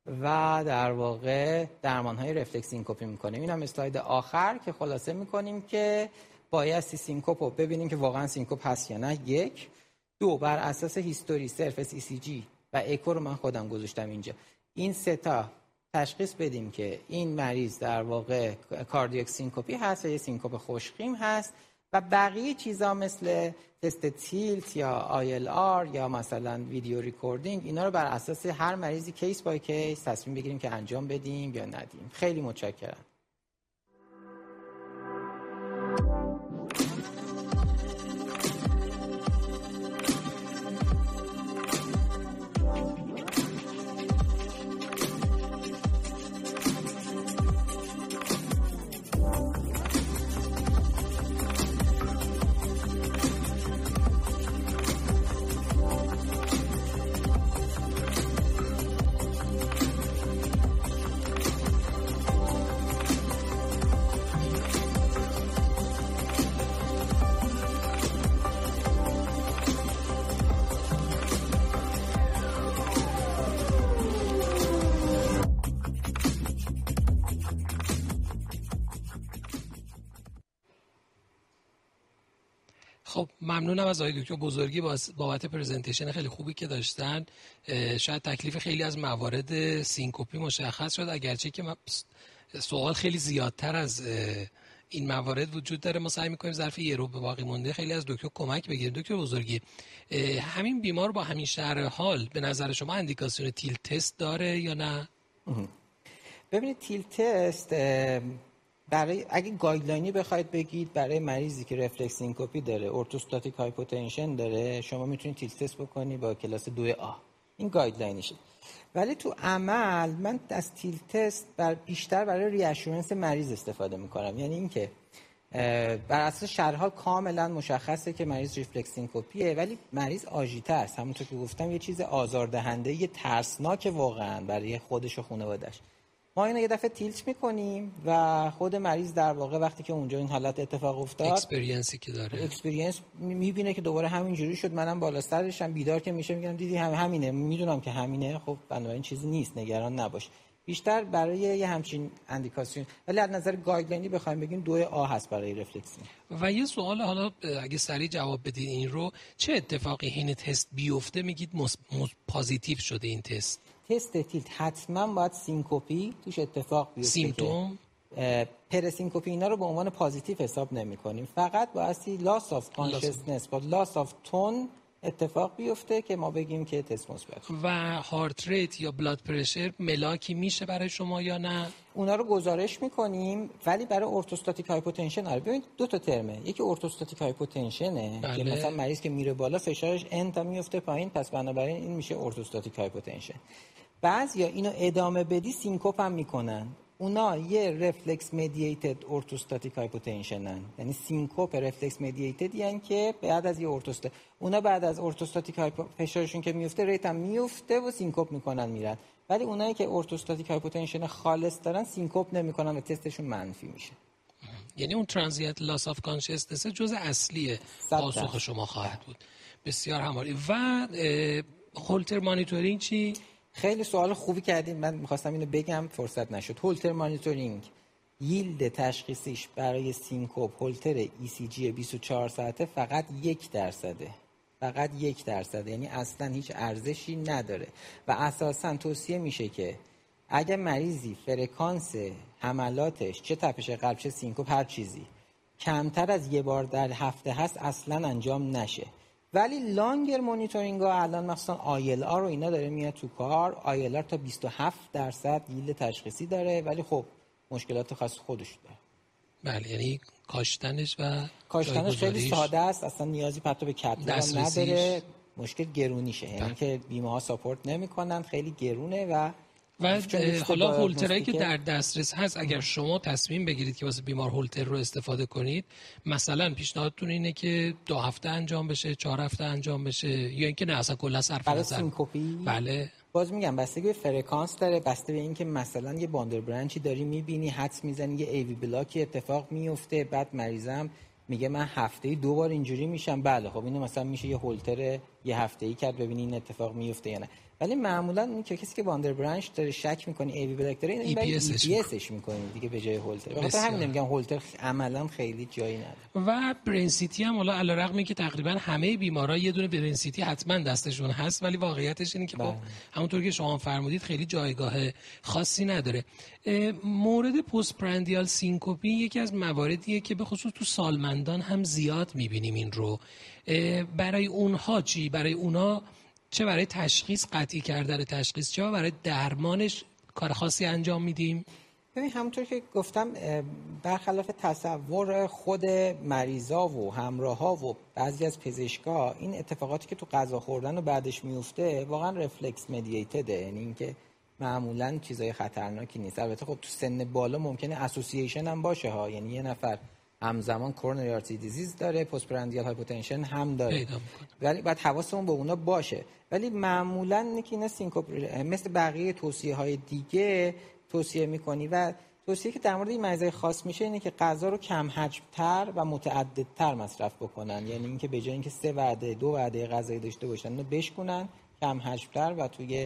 و در واقع درمان‌های رفلکس سینکوپی می‌کنیم. این هم اسلاید آخر که خلاصه می‌کنیم که بایستی سینکوپ رو ببینیم که واقعا سینکوپ هست یا نه. 1 2 بر اساس هیستوری سرفس ECG و اکو رو من خودم گذاشتم اینجا، این 3 تا تشخیص بدیم که این مریض در واقع کاردیاک سینکوپی هست یا یه سینکوپ خوشخیم هست و بقیه چیزا مثل تست تیلت یا ILR یا مثلا ویدیو ریکوردینگ، اینا رو بر اساس هر مریضی کیس بای کیس تصمیم بگیریم که انجام بدیم یا ندیم. خیلی متشکرم. خب ممنونم از آقای دکتر بزرگی بابت پرزنتیشن خیلی خوبی که داشتن. شاید تکلیف خیلی از موارد سینکوپی مشخص شد، اگرچه که سوال خیلی زیادتر از این موارد وجود داره. ما سعی می‌کنیم ظرف یه رو به باقی مونده خیلی از دکتر کمک بگیریم. دکتر بزرگی، همین بیمار با همین شرح حال به نظر شما اندیکاسیون تیل تست داره یا نه؟ ببینید تیل تست برای اگه گایدلاینی بخواید بگید برای مریضی که رفلکس سینکوپی داره، ارتوستاتیک هایپوتنشن داره، شما میتونید تیل تست بکنی با کلاس 2A. این گایدلاینیشه. ولی تو عمل من از تیل تست بیشتر برای ریاشورنس مریض استفاده میکنم. یعنی اینکه بر اساس شرح حال کاملا مشخصه که مریض ریفلکس سینکوپیه ولی مریض آژیته است، همونطور که گفتم یه چیز آزاردهنده، یه ترسناک واقعا برای خودش و خانواده‌اش. ما اینو یه دفعه تیلت میکنیم و خود مریض در واقع وقتی که اونجا این حالت اتفاق افتاد، اکسپریانسی که داره، اکسپریانس میبینه که دوباره همینجوری شد، منم بالا سرشم بیدار که میشه میگم دیدی همینه، میدونم که همینه، خب بنابراین چیزی نیست، نگران نباش. بیشتر برای یه همچین اندیکاسیون، ولی از نظر گایدلاینی بخوایم بگیم 2A هست برای رفلکس. و یه سوال حالا اگه سریع جواب بدید این رو، چه اتفاقی این تست بیفته میگید پوزیتیو شده این تست؟ تست تیلت حتما باید سینکوپی توش اتفاق بیفته. سیمتوم پرسینکوپی اینا رو به عنوان پوزیتیو حساب نمی کنیم، فقط بایستی لاس آف کانشسنس با لاس آف تون اتفاق بیفته که ما بگیم که تست مثبت. و هارت ریت یا بلاد پرشر ملاکی میشه برای شما یا نه؟ اونا رو گزارش میکنیم ولی برای ارتوستاتیک هایپوتنشن ببینید دو تا ترمه، یکی ارتوستاتیک هایپوتنشنه که مثلا مریض که میره بالا فشارش ان تا میفته پایین، پس بنابراین این میشه ارتوستاتیک هایپوتنشن. بعضیا اینو ادامه بدی سینکوپ هم میکنن، اونا یه رفلکس مدییتد ارتوستاتیک هایپوتنشنن، یعنی سینکوپ رفلکس مدییتد، یعنی که بعد از یه اونا بعد از ارتوستاتیک فشارشون که میفته ریت هم میفته و سینکوپ میکنن میرن. ولی اونایی که ارتوستاتیک هایپوتنشن خالص دارن سینکوپ نمیکنن و تستشون منفی میشه. یعنی اون ترانزیت لاس آف کانشسنس جزء اصلی پاسخ شما خواهد بود. بسیار همالی. و هولتر مانیتورینگ چی؟ خیلی سوال خوبی کردین، من میخواستم اینو بگم فرصت نشد. هولتر مانیتورینگ ییلد تشخیصیش برای سینکوپ هولتر ECG 24 ساعته فقط 1%، فقط 1%، یعنی اصلا هیچ ارزشی نداره و اساسا توصیه میشه که اگه مریضی فرکانس حملاتش چه تپش قلب چه سینکوپ هر چیزی کمتر از یه بار در هفته هست اصلا انجام نشه. ولی لانگر مونیتورینگ ها الان مثلا ILR رو اینا داره میاد تو کار. ILR تا 27% ییلد تشخیصی داره ولی خب مشکلات خاص خودش داره. بله، یعنی کاشتنش خیلی ساده است، اصلا نیازی پتو به کتلر نداره. مشکل گرونیشه، یعنی که بیمه ها ساپورت نمیکنن، خیلی گرونه. و حالا هولترایی که در دسترس هست اگر شما تصمیم بگیرید که واسه بیمار هولتر رو استفاده کنید، مثلا پیشنهادتون اینه که 2 هفته انجام بشه، 4 هفته انجام بشه، یا اینکه نه اصلا کلا صرف نظر؟ برای سینکوپی بله باز میگم بستگی به فرکانس داره، بسته به اینکه مثلا یه باندر برانچی داری میبینی، حدس میزنی یه ایوی بلاکی اتفاق میفته، بعد مریضم میگه من هفته‌ای 2 بار اینجوری میشم، بله خب اینو مثلا میشه یه هولتر یه هفته‌ای کرد ببینی این اتفاق میفته یا نه. ولی معمولا اون که کسی که واندر برانچ داره شک می‌کنی ای وی بلک داره این EPSش می‌کنی دیگه به جای هولتر. بخاطر همین میگم هولتر عملاً خیلی جایی نداره. و برین سیتی هم حالا علیرغم که تقریبا همه بیمارا یه دونه برین سیتی حتما دستشون هست، ولی واقعیتش اینه که خب همونطور که شما فرمودید خیلی جایگاه خاصی نداره. مورد پست پرندیال سینکوپی یکی از مواردیه که به خصوص تو سالمندان هم زیاد می‌بینیم این رو. برای اونها چی؟ برای اونها چه برای تشخیص، قطعی کردن تشخیص، چه برای درمانش کار خاصی انجام میدیم؟ ببین همونطور که گفتم برخلاف تصور خود مریضا و همراها و بعضی از پزشکا، این اتفاقاتی که تو غذا خوردن و بعدش میفته واقعا رفلکس مدییتده، یعنی اینکه معمولا چیزای خطرناکی نیست. البته خب تو سن بالا ممکنه اسوسییشن هم باشه ها، یعنی یه نفر همزمان کورونری آرتری دیزیز داره، پست پرندیال هایپوتنشن هم داره، ولی باید حواسمون به اونا باشه. ولی معمولا اینکه اینا سینکوپ مثل بقیه توصیه‌های دیگه توصیه می‌کنی و توصیه که در مورد این مریضای خاص میشه اینه که غذا رو کم حجم‌تر و متعددتر مصرف بکنن، یعنی اینکه به جای اینکه 3 وعده 2 وعده غذایی داشته باشن اینو بشکنن کم حجم‌تر و توی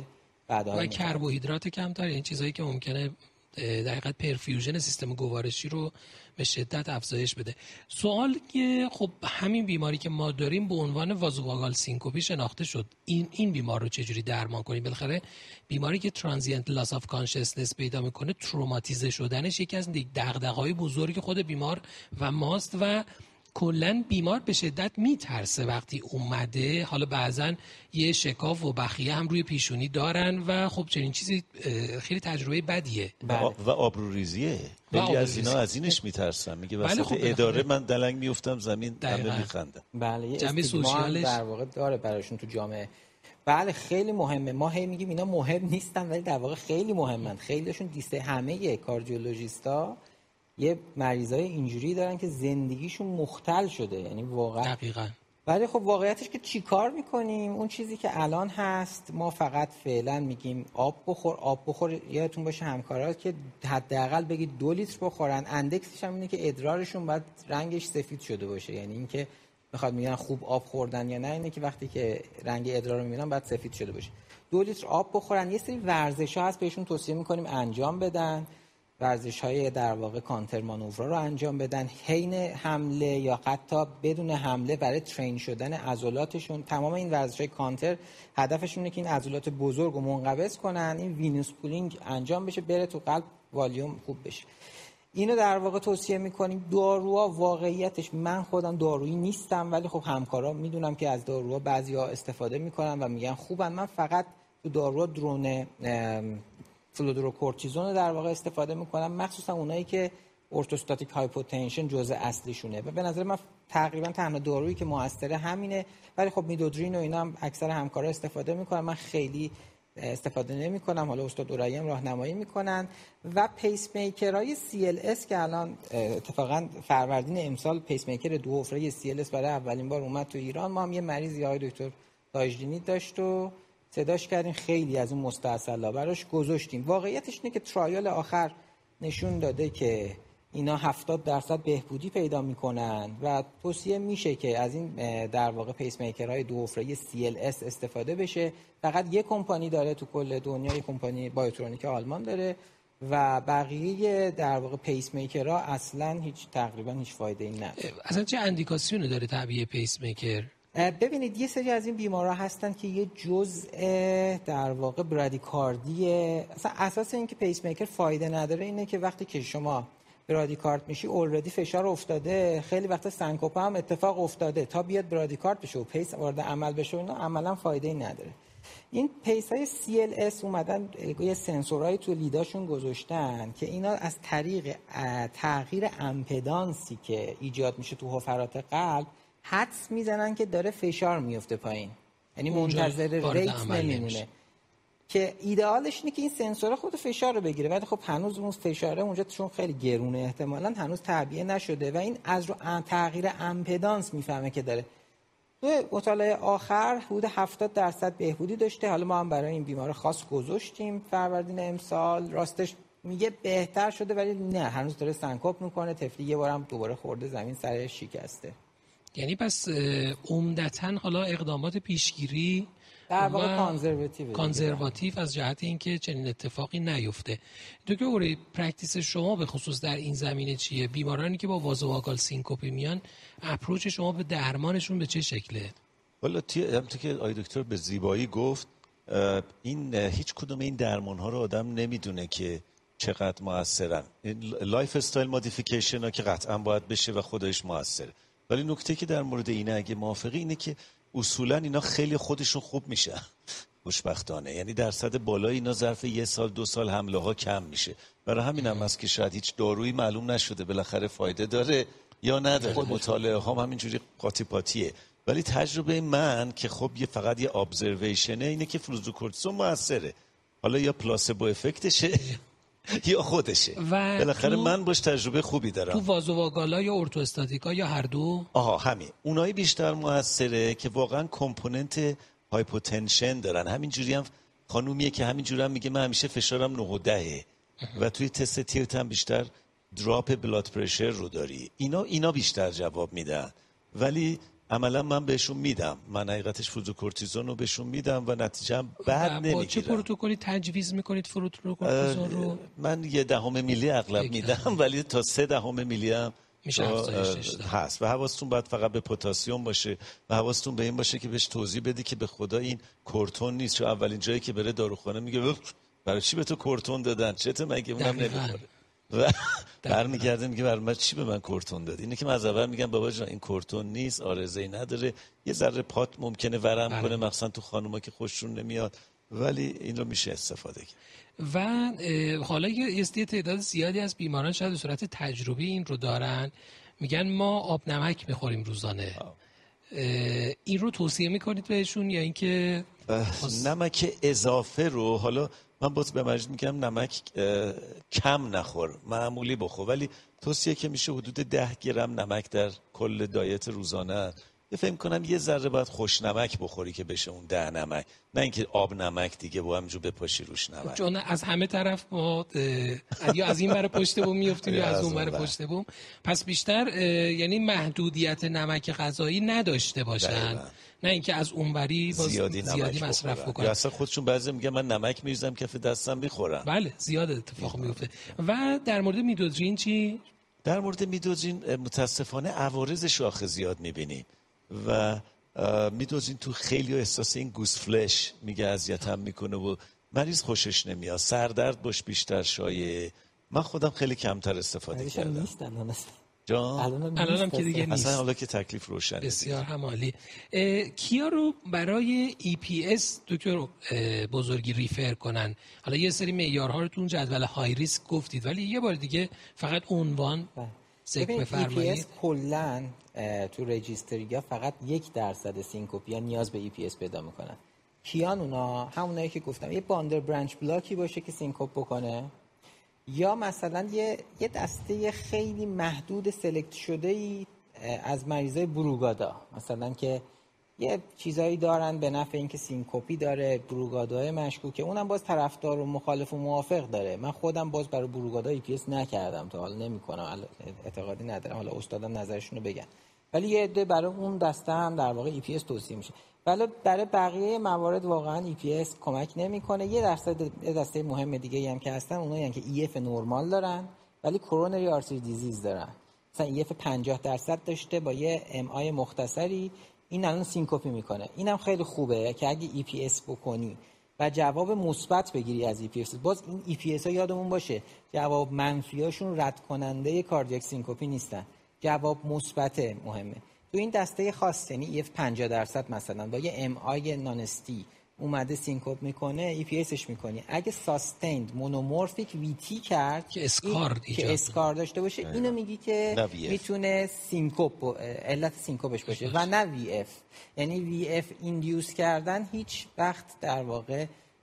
و کربوهیدرات کمتر، این چیزایی که ممکنه در حقیقت پرفیوژن سیستم گوارشی رو به شدت افزایش بده. سوال که خب همین بیماری که ما داریم به عنوان وازوواگال سینکوپی شناخته شد، این بیمار رو چجوری درمان کنیم؟ بالاخره بیماری که ترانزینت لاس آف کانشسنس پیدا میکنه، تروماتیزه شدنش یکی از دغدغه‌های بزرگ خود بیمار و ماست و کلن بیمار به شدت میترسه وقتی اومده. حالا بعضا یه شکاف و بخیه هم روی پیشونی دارن و خب چنین چیزی خیلی تجربه بدیه و آبروریزیه. خیلی از اینا از اینش میترسن، میگه وسط خب اداره من دلنگ میافتم زمین، همه میخندن. بله، یه استیگما در واقع داره براشون تو جامعه. بله خیلی مهمه. ما هی میگیم اینا مهم نیستن ولی در واقع خیلی مهمن. خیلیشون همه کاردیولوژیستا یه مریضای اینجوری دارن که زندگیشون مختل شده، یعنی واقعا دقیقاً. ولی خب واقعیتش که چی کار میکنیم؟ اون چیزی که الان هست ما فقط فعلا میگیم آب بخور. یادتون باشه همکارا که حداقل بگید 2 لیتر بخورن. اندکسش هم اینه که ادرارشون باید رنگش سفید شده باشه، یعنی اینکه میخواد میگن خوب آب خوردن یا نه، اینه که وقتی که رنگ ادرار رو میبینن باید سفید شده باشه. 2 لیتر آب بخورن. یه سری ورزش‌ها هست بهشون توصیه میکنیم انجام بدن، ورزش‌های در واقع کانتر مانورها رو انجام بدن حین حمله یا حتی بدون حمله برای ترین شدن عضلاتشون. تمام این ورزش‌های کانتر هدفشون اینه که این عضلات بزرگ رو منقبض کنن، این وینوس پولینگ انجام بشه، بره تو قلب والیوم خوب بشه. اینو در واقع توصیه می‌کنیم. داروها واقعیتش من خودم دارویی نیستم ولی خب همکارا میدونم که از داروها بعضی‌ها استفاده می‌کنن و میگن خوبن. من فقط تو داروها درون فلودروکورتیزون رو در واقع استفاده میکنم، مخصوصا اونایی که ارتوستاتیک هایپوتنشن جزء اصلیشونه و به نظر من تقریبا تنها دارویی که موثره همینه. ولی خب میدودرین و اینا هم اکثر همکارا استفاده میکنن، من خیلی استفاده نمیکنم. حالا استاد اورایی هم راهنمایی میکنن. و پیس میکرهای CLS که الان اتفاقا فروردین امسال پیس میکر 2 حفره CLS برای اولین بار اومد تو ایران. ما هم یه مریضی آقای دکتر تاجدینی داشت و صداش کردیم، خیلی از اون مستاصلا براش گذاشتیم. واقعیتش اینه که ترایل آخر نشون داده که اینا 70% بهبودی پیدا میکنن و توصیه میشه که از این در واقع پیس میکرهای 2 حفره CLS استفاده بشه. فقط یک کمپانی داره تو کل دنیا، یک کمپانی بایوترونیک آلمان داره و بقیه در واقع پیس میکرها اصلا تقریبا هیچ فایده ای نداره. اصلا چه اندیکاسیونی داره تعبیه پیس میکر؟ ببینید یه سری از این بیمارا هستن که یه جزء در واقع برادیکاردیه. اصلا اساس این که پیس میکر فایده نداره اینه که وقتی که شما برادیکارد میشی اوردی فشار افتاده، خیلی وقتا سنکوپه هم اتفاق افتاده، تا بیاد برادیکارد بشه و پیس وارد عمل بشه اینا عملا فایده ای نداره. این پیس های CLS اومدن یه سنسورایی تو لیداشون گذاشتن که اینا از طریق تغییر امپدانسی که ایجاد میشه تو حفرات قلب حدس میزنن که داره فشار میفته پایین، یعنی منتظر ریت نمیمونه. که ایدئالش اینه که این سنسور خود فشار رو بگیره، ولی خب هنوز اون فشاره اونجا چون خیلی گرونه احتمالاً هنوز تعبیه نشده و این از رو تغییر امپدانس میفهمه که داره. تو مطالعه آخر حدود 70% بهبودی داشته. حالا ما هم برای این بیمار خاص گذاشتیم فروردین امسال. راستش میگه بهتر شده ولی نه، هنوز داره سنکوپ میکنه. طفلی یه بارم دوباره خورده زمین، سرش شکسته. یعنی پس عمدتاً حالا اقدامات پیشگیری در واقع کانزرواتیو از جهت اینکه چنین اتفاقی نیفته. دکتر اوری، پرکتیس شما به خصوص در این زمینه چیه؟ بیمارانی که با وازوواگال سینکوپی میان، اپروچ شما به درمانشون به چه شکله؟ والا همونطور که آقای دکتر به زیبایی گفت، این هیچ کدوم این درمان ها رو آدم نمیدونه که چقدر موثرن. لایف استایل مودیفیکیشن ها که قطعا باید بشه و خودش موثره، ولی نکته که در مورد اینه، اگه موافقی، اینه که اصولا اینا خیلی خودشون خوب میشن خوشبختانه. یعنی درصد بالای اینا ظرف 1 سال 2 سال حمله ها کم میشه. برای همین هم هست که شاید هیچ دارویی معلوم نشده بالاخره فایده داره یا نداره. مطالعه هم همینجوری قاطی پاتیه. ولی تجربه من که خب فقط یه ابزرویشنه اینه که فلوزوکورتیزون موثره. حالا یا پلاسبو افکتشه یا خودشه. بالاخره من باش تجربه خوبی دارم. تو وازوواگالا یا ارتواستاتیکا یا هر دو؟ همین. اونایی بیشتر موثره که واقعا کامپوننت هایپوتنشن دارن. همینجوری هم خانومیه که همینجوری هم میگه من همیشه فشارم 9 و 10 و توی تست تیرت هم بیشتر دراپ بلاد پرشر رو داری. اینا بیشتر جواب میدن. ولی عملا من بهشون میدم. من حقیقتش فلوزوکورتیزون رو بهشون میدم و نتیجه هم بد نمیگیرم. با چه پروتکلی تجویز میکنید فلوزوکورتیزون رو؟ من 0.1 میلی اغلب میدم، ولی تا 0.3 میلی هم هست. و حواستون باید فقط به پتاسیم باشه و حواستون به این باشه که بهش توضیح بدی که به خدا این کورتون نیست. چون اولین جایی که بره داروخانه میگه برای چی به تو کورتون دادن؟ چته مگه اونم نمیخوره؟ و برمیگرده میگه برای من چی به من کورتون دادی؟ اینه که من از اول میگم بابا جان این کورتون نیست، آرزه‌ای نداره، یه ذره پات ممکنه ورم کنه، مخصوصا تو خانوما که خوششون نمیاد، ولی این رو میشه استفاده کرد. و حالا یه تعداد زیادی از بیماران شاید به صورت تجربی این رو دارن، میگن ما آب نمک میخوریم روزانه. این رو توصیه میکنید بهشون یا اینکه نمک اضافه رو؟ حالا من باز به مجید میگم نمک کم نخور، معمولی بخور، ولی توصیه که میشه حدود 10 گرم نمک در کل دایت روزانه. فکر کنم یه ذره باید خوش نمک بخوری که بشه اون 10 نمک، نه اینکه آب نمک دیگه با همجور بپاشی روش نمک. چون از همه طرف ما یا از این ور پشت بوم میافتیم یا از اون ور پشت بوم. پس بیشتر یعنی محدودیت نمک غذایی نداشته باشن، نه اینکه از اونوری زیادی مصرف بکنن. یا اصلا خودشون بعضی میگن من نمک میریزم کف دستم میخورم. بله زیاد اتفاق میفته. و در مورد میدوزین چی؟ در مورد میدوزین متاسفانه عوارضش رو آخه زیاد میبینیم و میدوزین تو خیلی احساس این گوس فلش میگه اذیتم میکنه و مریض خوشش نمیاد. سردرد باش بیشتر شایعه. من خودم خیلی کمتر استفاده کردم. الانم که دیگه نیست. اصلا حالا که تکلیف روشنه. بسیار هم عالی. کیا رو برای EPS دکتر بزرگی ریفر کنن؟ حالا یه سری معیارها رو تو اون جدول های ریسک گفتید، ولی یه بار دیگه فقط عنوان ذکر بفرمایید. EPS کلا تو رجیستری‌ها فقط 1% سینکوپیا نیاز به EPS پیدا میکنن. کیان اونا؟ همونایی که گفتم یه باندر برانچ بلاکی باشه که سینکوپ بکنه، یا مثلا یه دسته خیلی محدود سلکت شده‌ای از مریضای بروگادا، مثلا که یه چیزایی دارن به نفع اینکه سینکوپی داره، بروگادای مشکوکه، اونم باز طرفدار و مخالف و موافق داره. من خودم باز برای بروگادا EPS نکردم تا حالا، نمی‌کنم، اعتقادی ندارم، حالا استادم نظرشون رو بگن، ولی یه عده برای اون دسته هم در واقع EPS توصیه میشه. ولی برای بقیه موارد واقعا EPS کمک نمیکنه. یه دسته مهم دیگه هم که هستن اونایی هم که EF نورمال دارن ولی کرونری آرتری دیزیز دارن، مثلا EF 50% داشته با یه MI مختصری، این الان سینکوپی میکنه. اینم خیلی خوبه که اگه EPS بکنی و جواب مثبت بگیری از EPS. باز این EPS ها یادمون باشه جواب منفیاشون رد کننده کاردیاک سینکوپی نیستن، جواب مثبت مهمه. تو این دسته خاص یعنی EF 50% مثلا با یه MI نانستی اومده سینکوپ میکنه، EPSش میکنی. اگه ساستیند مونومورفیک VT کرد که اسکار داشته باشه، اینو میگی که میتونه سینکوپ علت سینکوپش باشه و نه VF. یعنی VF ایندیوس کردن هیچ وقت در واقع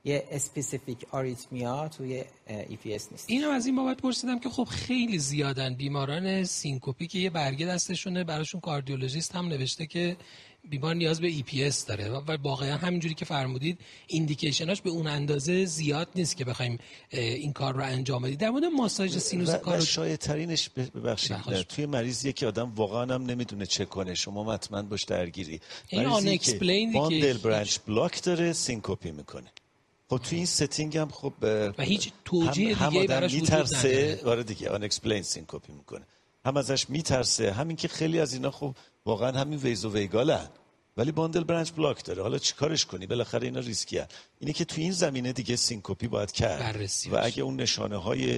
یه اسپسیفیک آریتمیا توی EPS نیست. اینم از این بابت پرسیدم که خب خیلی زیادن بیماران سینکوپی که یه برگه دستشونه براشون کاردیولوژیست هم نوشته که بیمار نیاز به EPS داره و واقعا همینجوری که فرمودید ایندیکیشناش به اون اندازه زیاد نیست که بخوایم این کار رو انجام بدیم. در مورد ماساژ سینوس کاروتید شایع ترینش ببخشید توی مریضیه که آدم واقعا هم نمیدونه چه کنه، شما حتما باش درگیری. مریضی که باندل برانچ بلاک داره سینکوپی میکنه. خب تو این ستینگ هم خب و هیچ توجیه دیگه براش وجود نداره. آره دیگه آنکسپلین سینکوپی میکنه. هم ازش میترسه، همین که خیلی از اینا خب واقعا همین ویزو ویگالن ولی باندل برانچ بلاک داره. حالا چیکارش کنی؟ بالاخره اینا ریسکی هست. اینه که تو این زمینه دیگه سینکوپی باید کرد و اگه اون نشانه های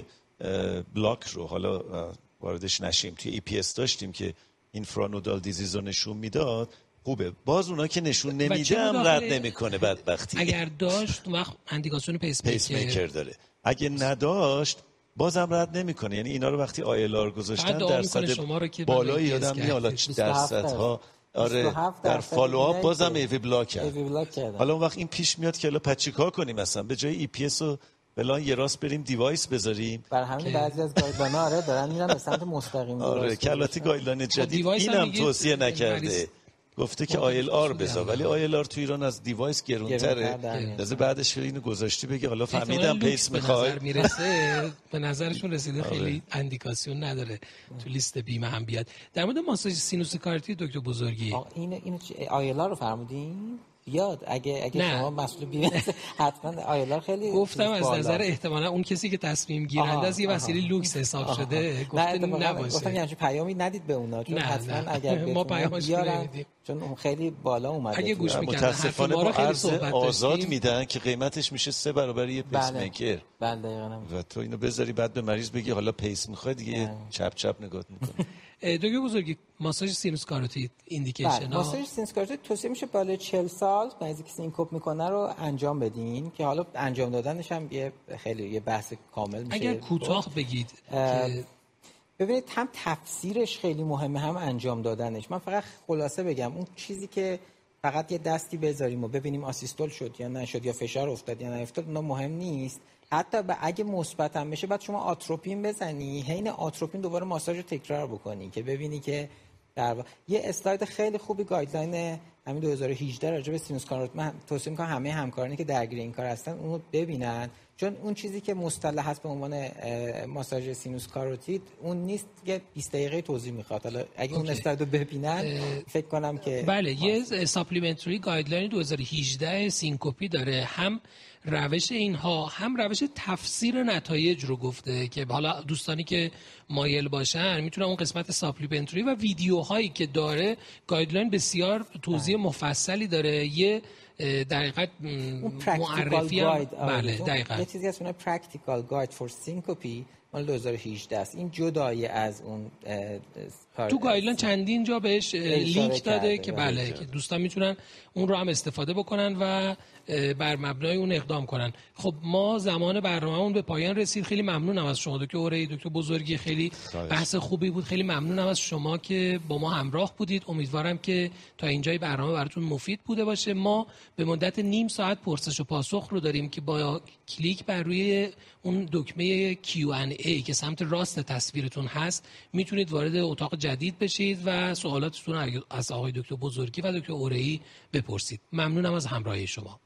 بلاک رو حالا واردش نشیم، توی EPS داشتیم که اینفرانودال دیزیز رو نشون میداد، خوبه. باز اونا که نشون نمیده هم رد نمیکنه بدبختی. اگر داشت وقت اندیکاسیون پیس میکر داره، اگه نداشت بازم رد نمیکنه. یعنی اینا رو وقتی ILR گذاشتن درصد بالایی یادم میاد حالا درصدها آره در فالوآپ بازم ایوی بلاک کرد. حالا اون وقت این پیش میاد که حالا پچیکار کنیم، مثلا به جای EPS رو بلان یه راست بریم دیوایس بذاریم. برای همین بعضی از گایدلاین آره دارن میرن به سمت مستقیم. آره کلاتی گایدلاین جدید اینم توصیه نکرده، گفته که ILR بذار، ولی ILR تو ایران از دیوایس گرونتره. لازم بعدش اینو گذاشتی بگی حالا فهمیدم پیس میخوای میرسه به نظرشون رسیده خیلی اندیکاسیون نداره تو لیست بیمه هم بیاد. در مورد ماساژ سینوس کاروتید دکتر بزرگی اینو ILR رو فرمودین؟ بیاد اگه شما مسئول بیمه حتما آیلار خیلی گفتم از نظر احتمالا اون کسی که تصمیم گیرنده از یه وسیله لوکس حساب شده گفتم نباشه. گفتم یعنی پیامی ندید به اونا چون حتما اگر ما پیامش بیارن چون اون خیلی بالا اومده. اگه گوش می‌کردن متاسفانه با عرض آزاد میدن که قیمتش میشه 3 برابر یه پیس میکر. بله دقیقاً. و تو اینو بذاری بعد به مریض بگی حالا پیس میخواد دیگه چپ چپ نگاه میکنه. دکتر بزرگی ماساژ سینوس کاروتید ایندیکیشن ها ماساژ سینوس کاروتید توصیه میشه بالای 40 سال مریضی که سینکوپ میکنه رو انجام بدین که حالا انجام دادنش هم یه بحث کامل میشه. اگر کوتاه بگید ببینید هم تفسیرش خیلی مهمه هم انجام دادنش. من فقط خلاصه بگم اون چیزی که فقط یه دستی بذاریم و ببینیم آسیستول شد یا نشد یا فشار افتاد یا نیفتاد اونا مهم نیست. حتی اگه مثبت هم بشه بعد شما آتروپین بزنی، حین آتروپین دوباره ماساژ رو تکرار بکنی که ببینی که یه اسلاید خیلی خوبی گایدلاین همین 2018 راجع به سینوس کاروتید من توصیه می‌کنم همه همکارانی که درگیر این کار هستن اونو ببینن، چون اون چیزی که مصطلح هست به عنوان ماساژ سینوس کاروتید اون نیست که 20 دقیقه توضیح میخواد. حالا اگه اون اسلاید رو ببینن فکر کنم که بله یه ساپلیمنتری گایدلاین 2018 سینکوپی داره، هم روش اینها هم روش تفسیر نتایج رو گفته که حالا دوستانی که مایل باشن میتونن اون قسمت ساپلیمنتری و ویدیوهایی که داره گایدلاین بسیار توضیح مفصلی داره. یه دقیقاً معرفی هم بله دقیقاً یه چیزی هست اون پرکتیکال گاید فور سینکوپی مال 2018 است. این جدای از اون تو گایدلاین چندین جا بهش لینک داده که بله که دوستان میتونن اون رو هم استفاده بکنن و بر مبنای اون اقدام کنن. خب ما زمان برنامه‌مون به پایان رسید. خیلی ممنونم از شما دکتر اورئی، دکتر بزرگی، خیلی بحث خوبی بود. خیلی ممنونم از شما که با ما همراه بودید. امیدوارم که تا اینجای برنامه براتون مفید بوده باشه. ما به مدت نیم ساعت پرسش و پاسخ رو داریم که با کلیک بر روی اون دکمه Q&A که سمت راست تصویرتون هست میتونید وارد اتاق جدید بشید و سوالاتتون از آقای دکتر بزرگی و دکتر اورئی بپرسید. ممنونم از همراهی شما.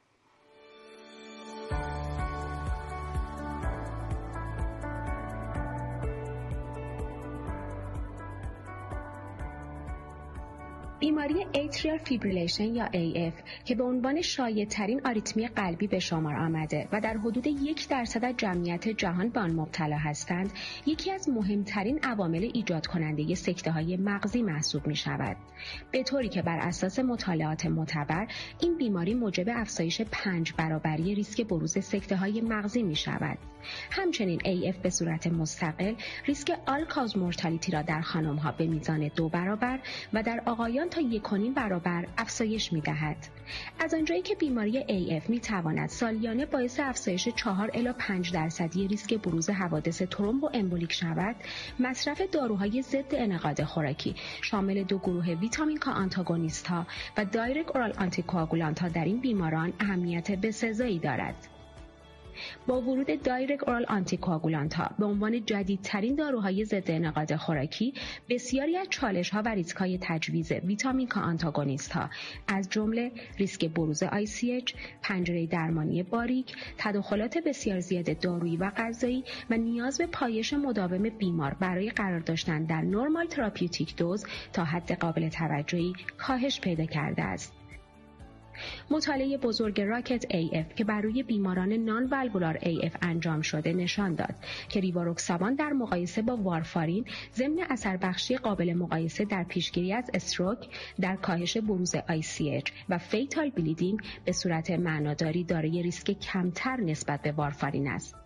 بیماری ایتریال فیبریلیشن یا AF که به عنوان شایع‌ترین آریتمی قلبی به شمار آمده و در حدود 1% از جمعیت جهان به آن مبتلا هستند، یکی از مهمترین عوامل ایجاد کننده سکته‌های مغزی محسوب می‌شود. به طوری که بر اساس مطالعات معتبر این بیماری موجب افزایش 5 برابری ریسک بروز سکته‌های مغزی می‌شود. همچنین AF به صورت مستقل ریسک آل کاز مورتالیتی را در خانم‌ها به میزان 2 برابر و در آقایان تا 1.5 برابر افزایش می‌دهد. از آنجایی که بیماری AF می‌تواند سالیانه باعث افزایش 4 الی 5% ریسک بروز حوادث ترومبو امبولیک شود، مصرف داروهای ضد انعقاد خوراکی شامل 2 گروه ویتامین کا آنتاگونیست ها و دایرکت اورال آنتیکواگولانت ها در این بیماران اهمیت بسزایی دارد. با ورود دایرکت اورال آنتیکواگولانت ها به عنوان جدیدترین داروهای ضد انعقاد خوراکی، بسیاری از چالش ها و ریسک های تجویز ویتامین کا آنتاگونیست ها از جمله ریسک بروز ICH، پنجره درمانی باریک، تداخلات بسیار زیاد دارویی و غذایی و نیاز به پایش مداوم بیمار برای قرار داشتن در نورمال تراپیوتیک دوز تا حد قابل توجهی کاهش پیدا کرده است. مطالعه بزرگ راکت AF که بر روی بیماران نان والوولار AF انجام شده نشان داد که ریواروکسابان در مقایسه با وارفارین ضمن اثر بخشی قابل مقایسه در پیشگیری از استروک، در کاهش بروز ICH و فیتال بلیدینگ به صورت معناداری دارای ریسک کمتر نسبت به وارفارین است.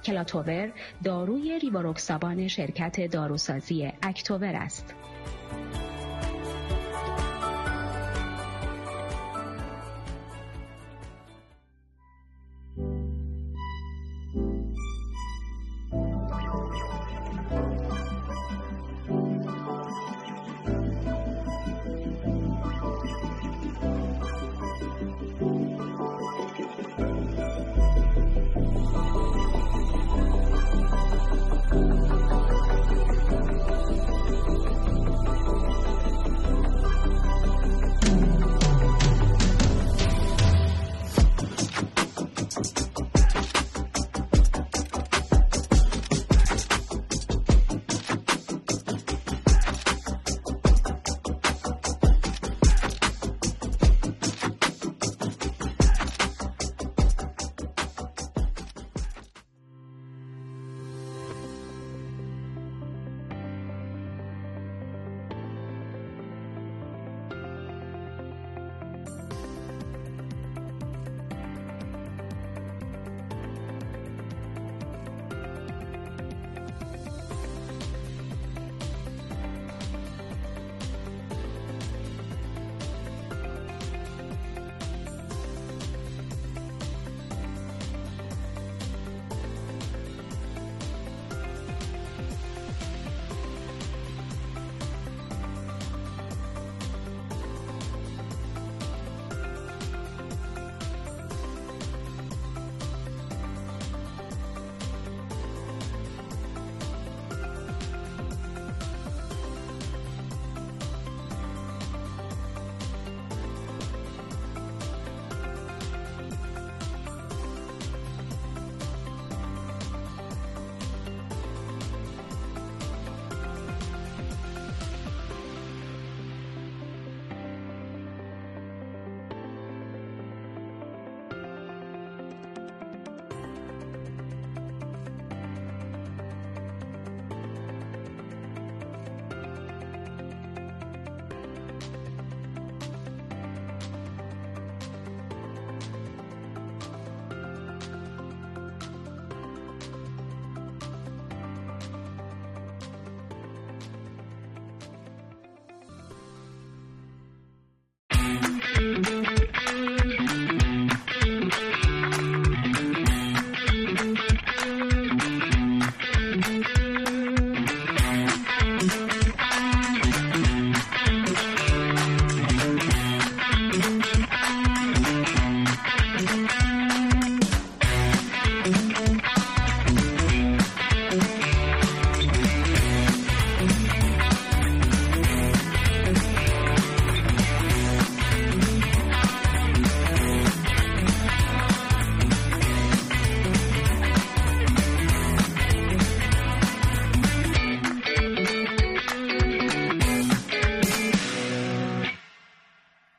کلاتوور داروی ریواروکسابان شرکت داروسازی اکتوور است.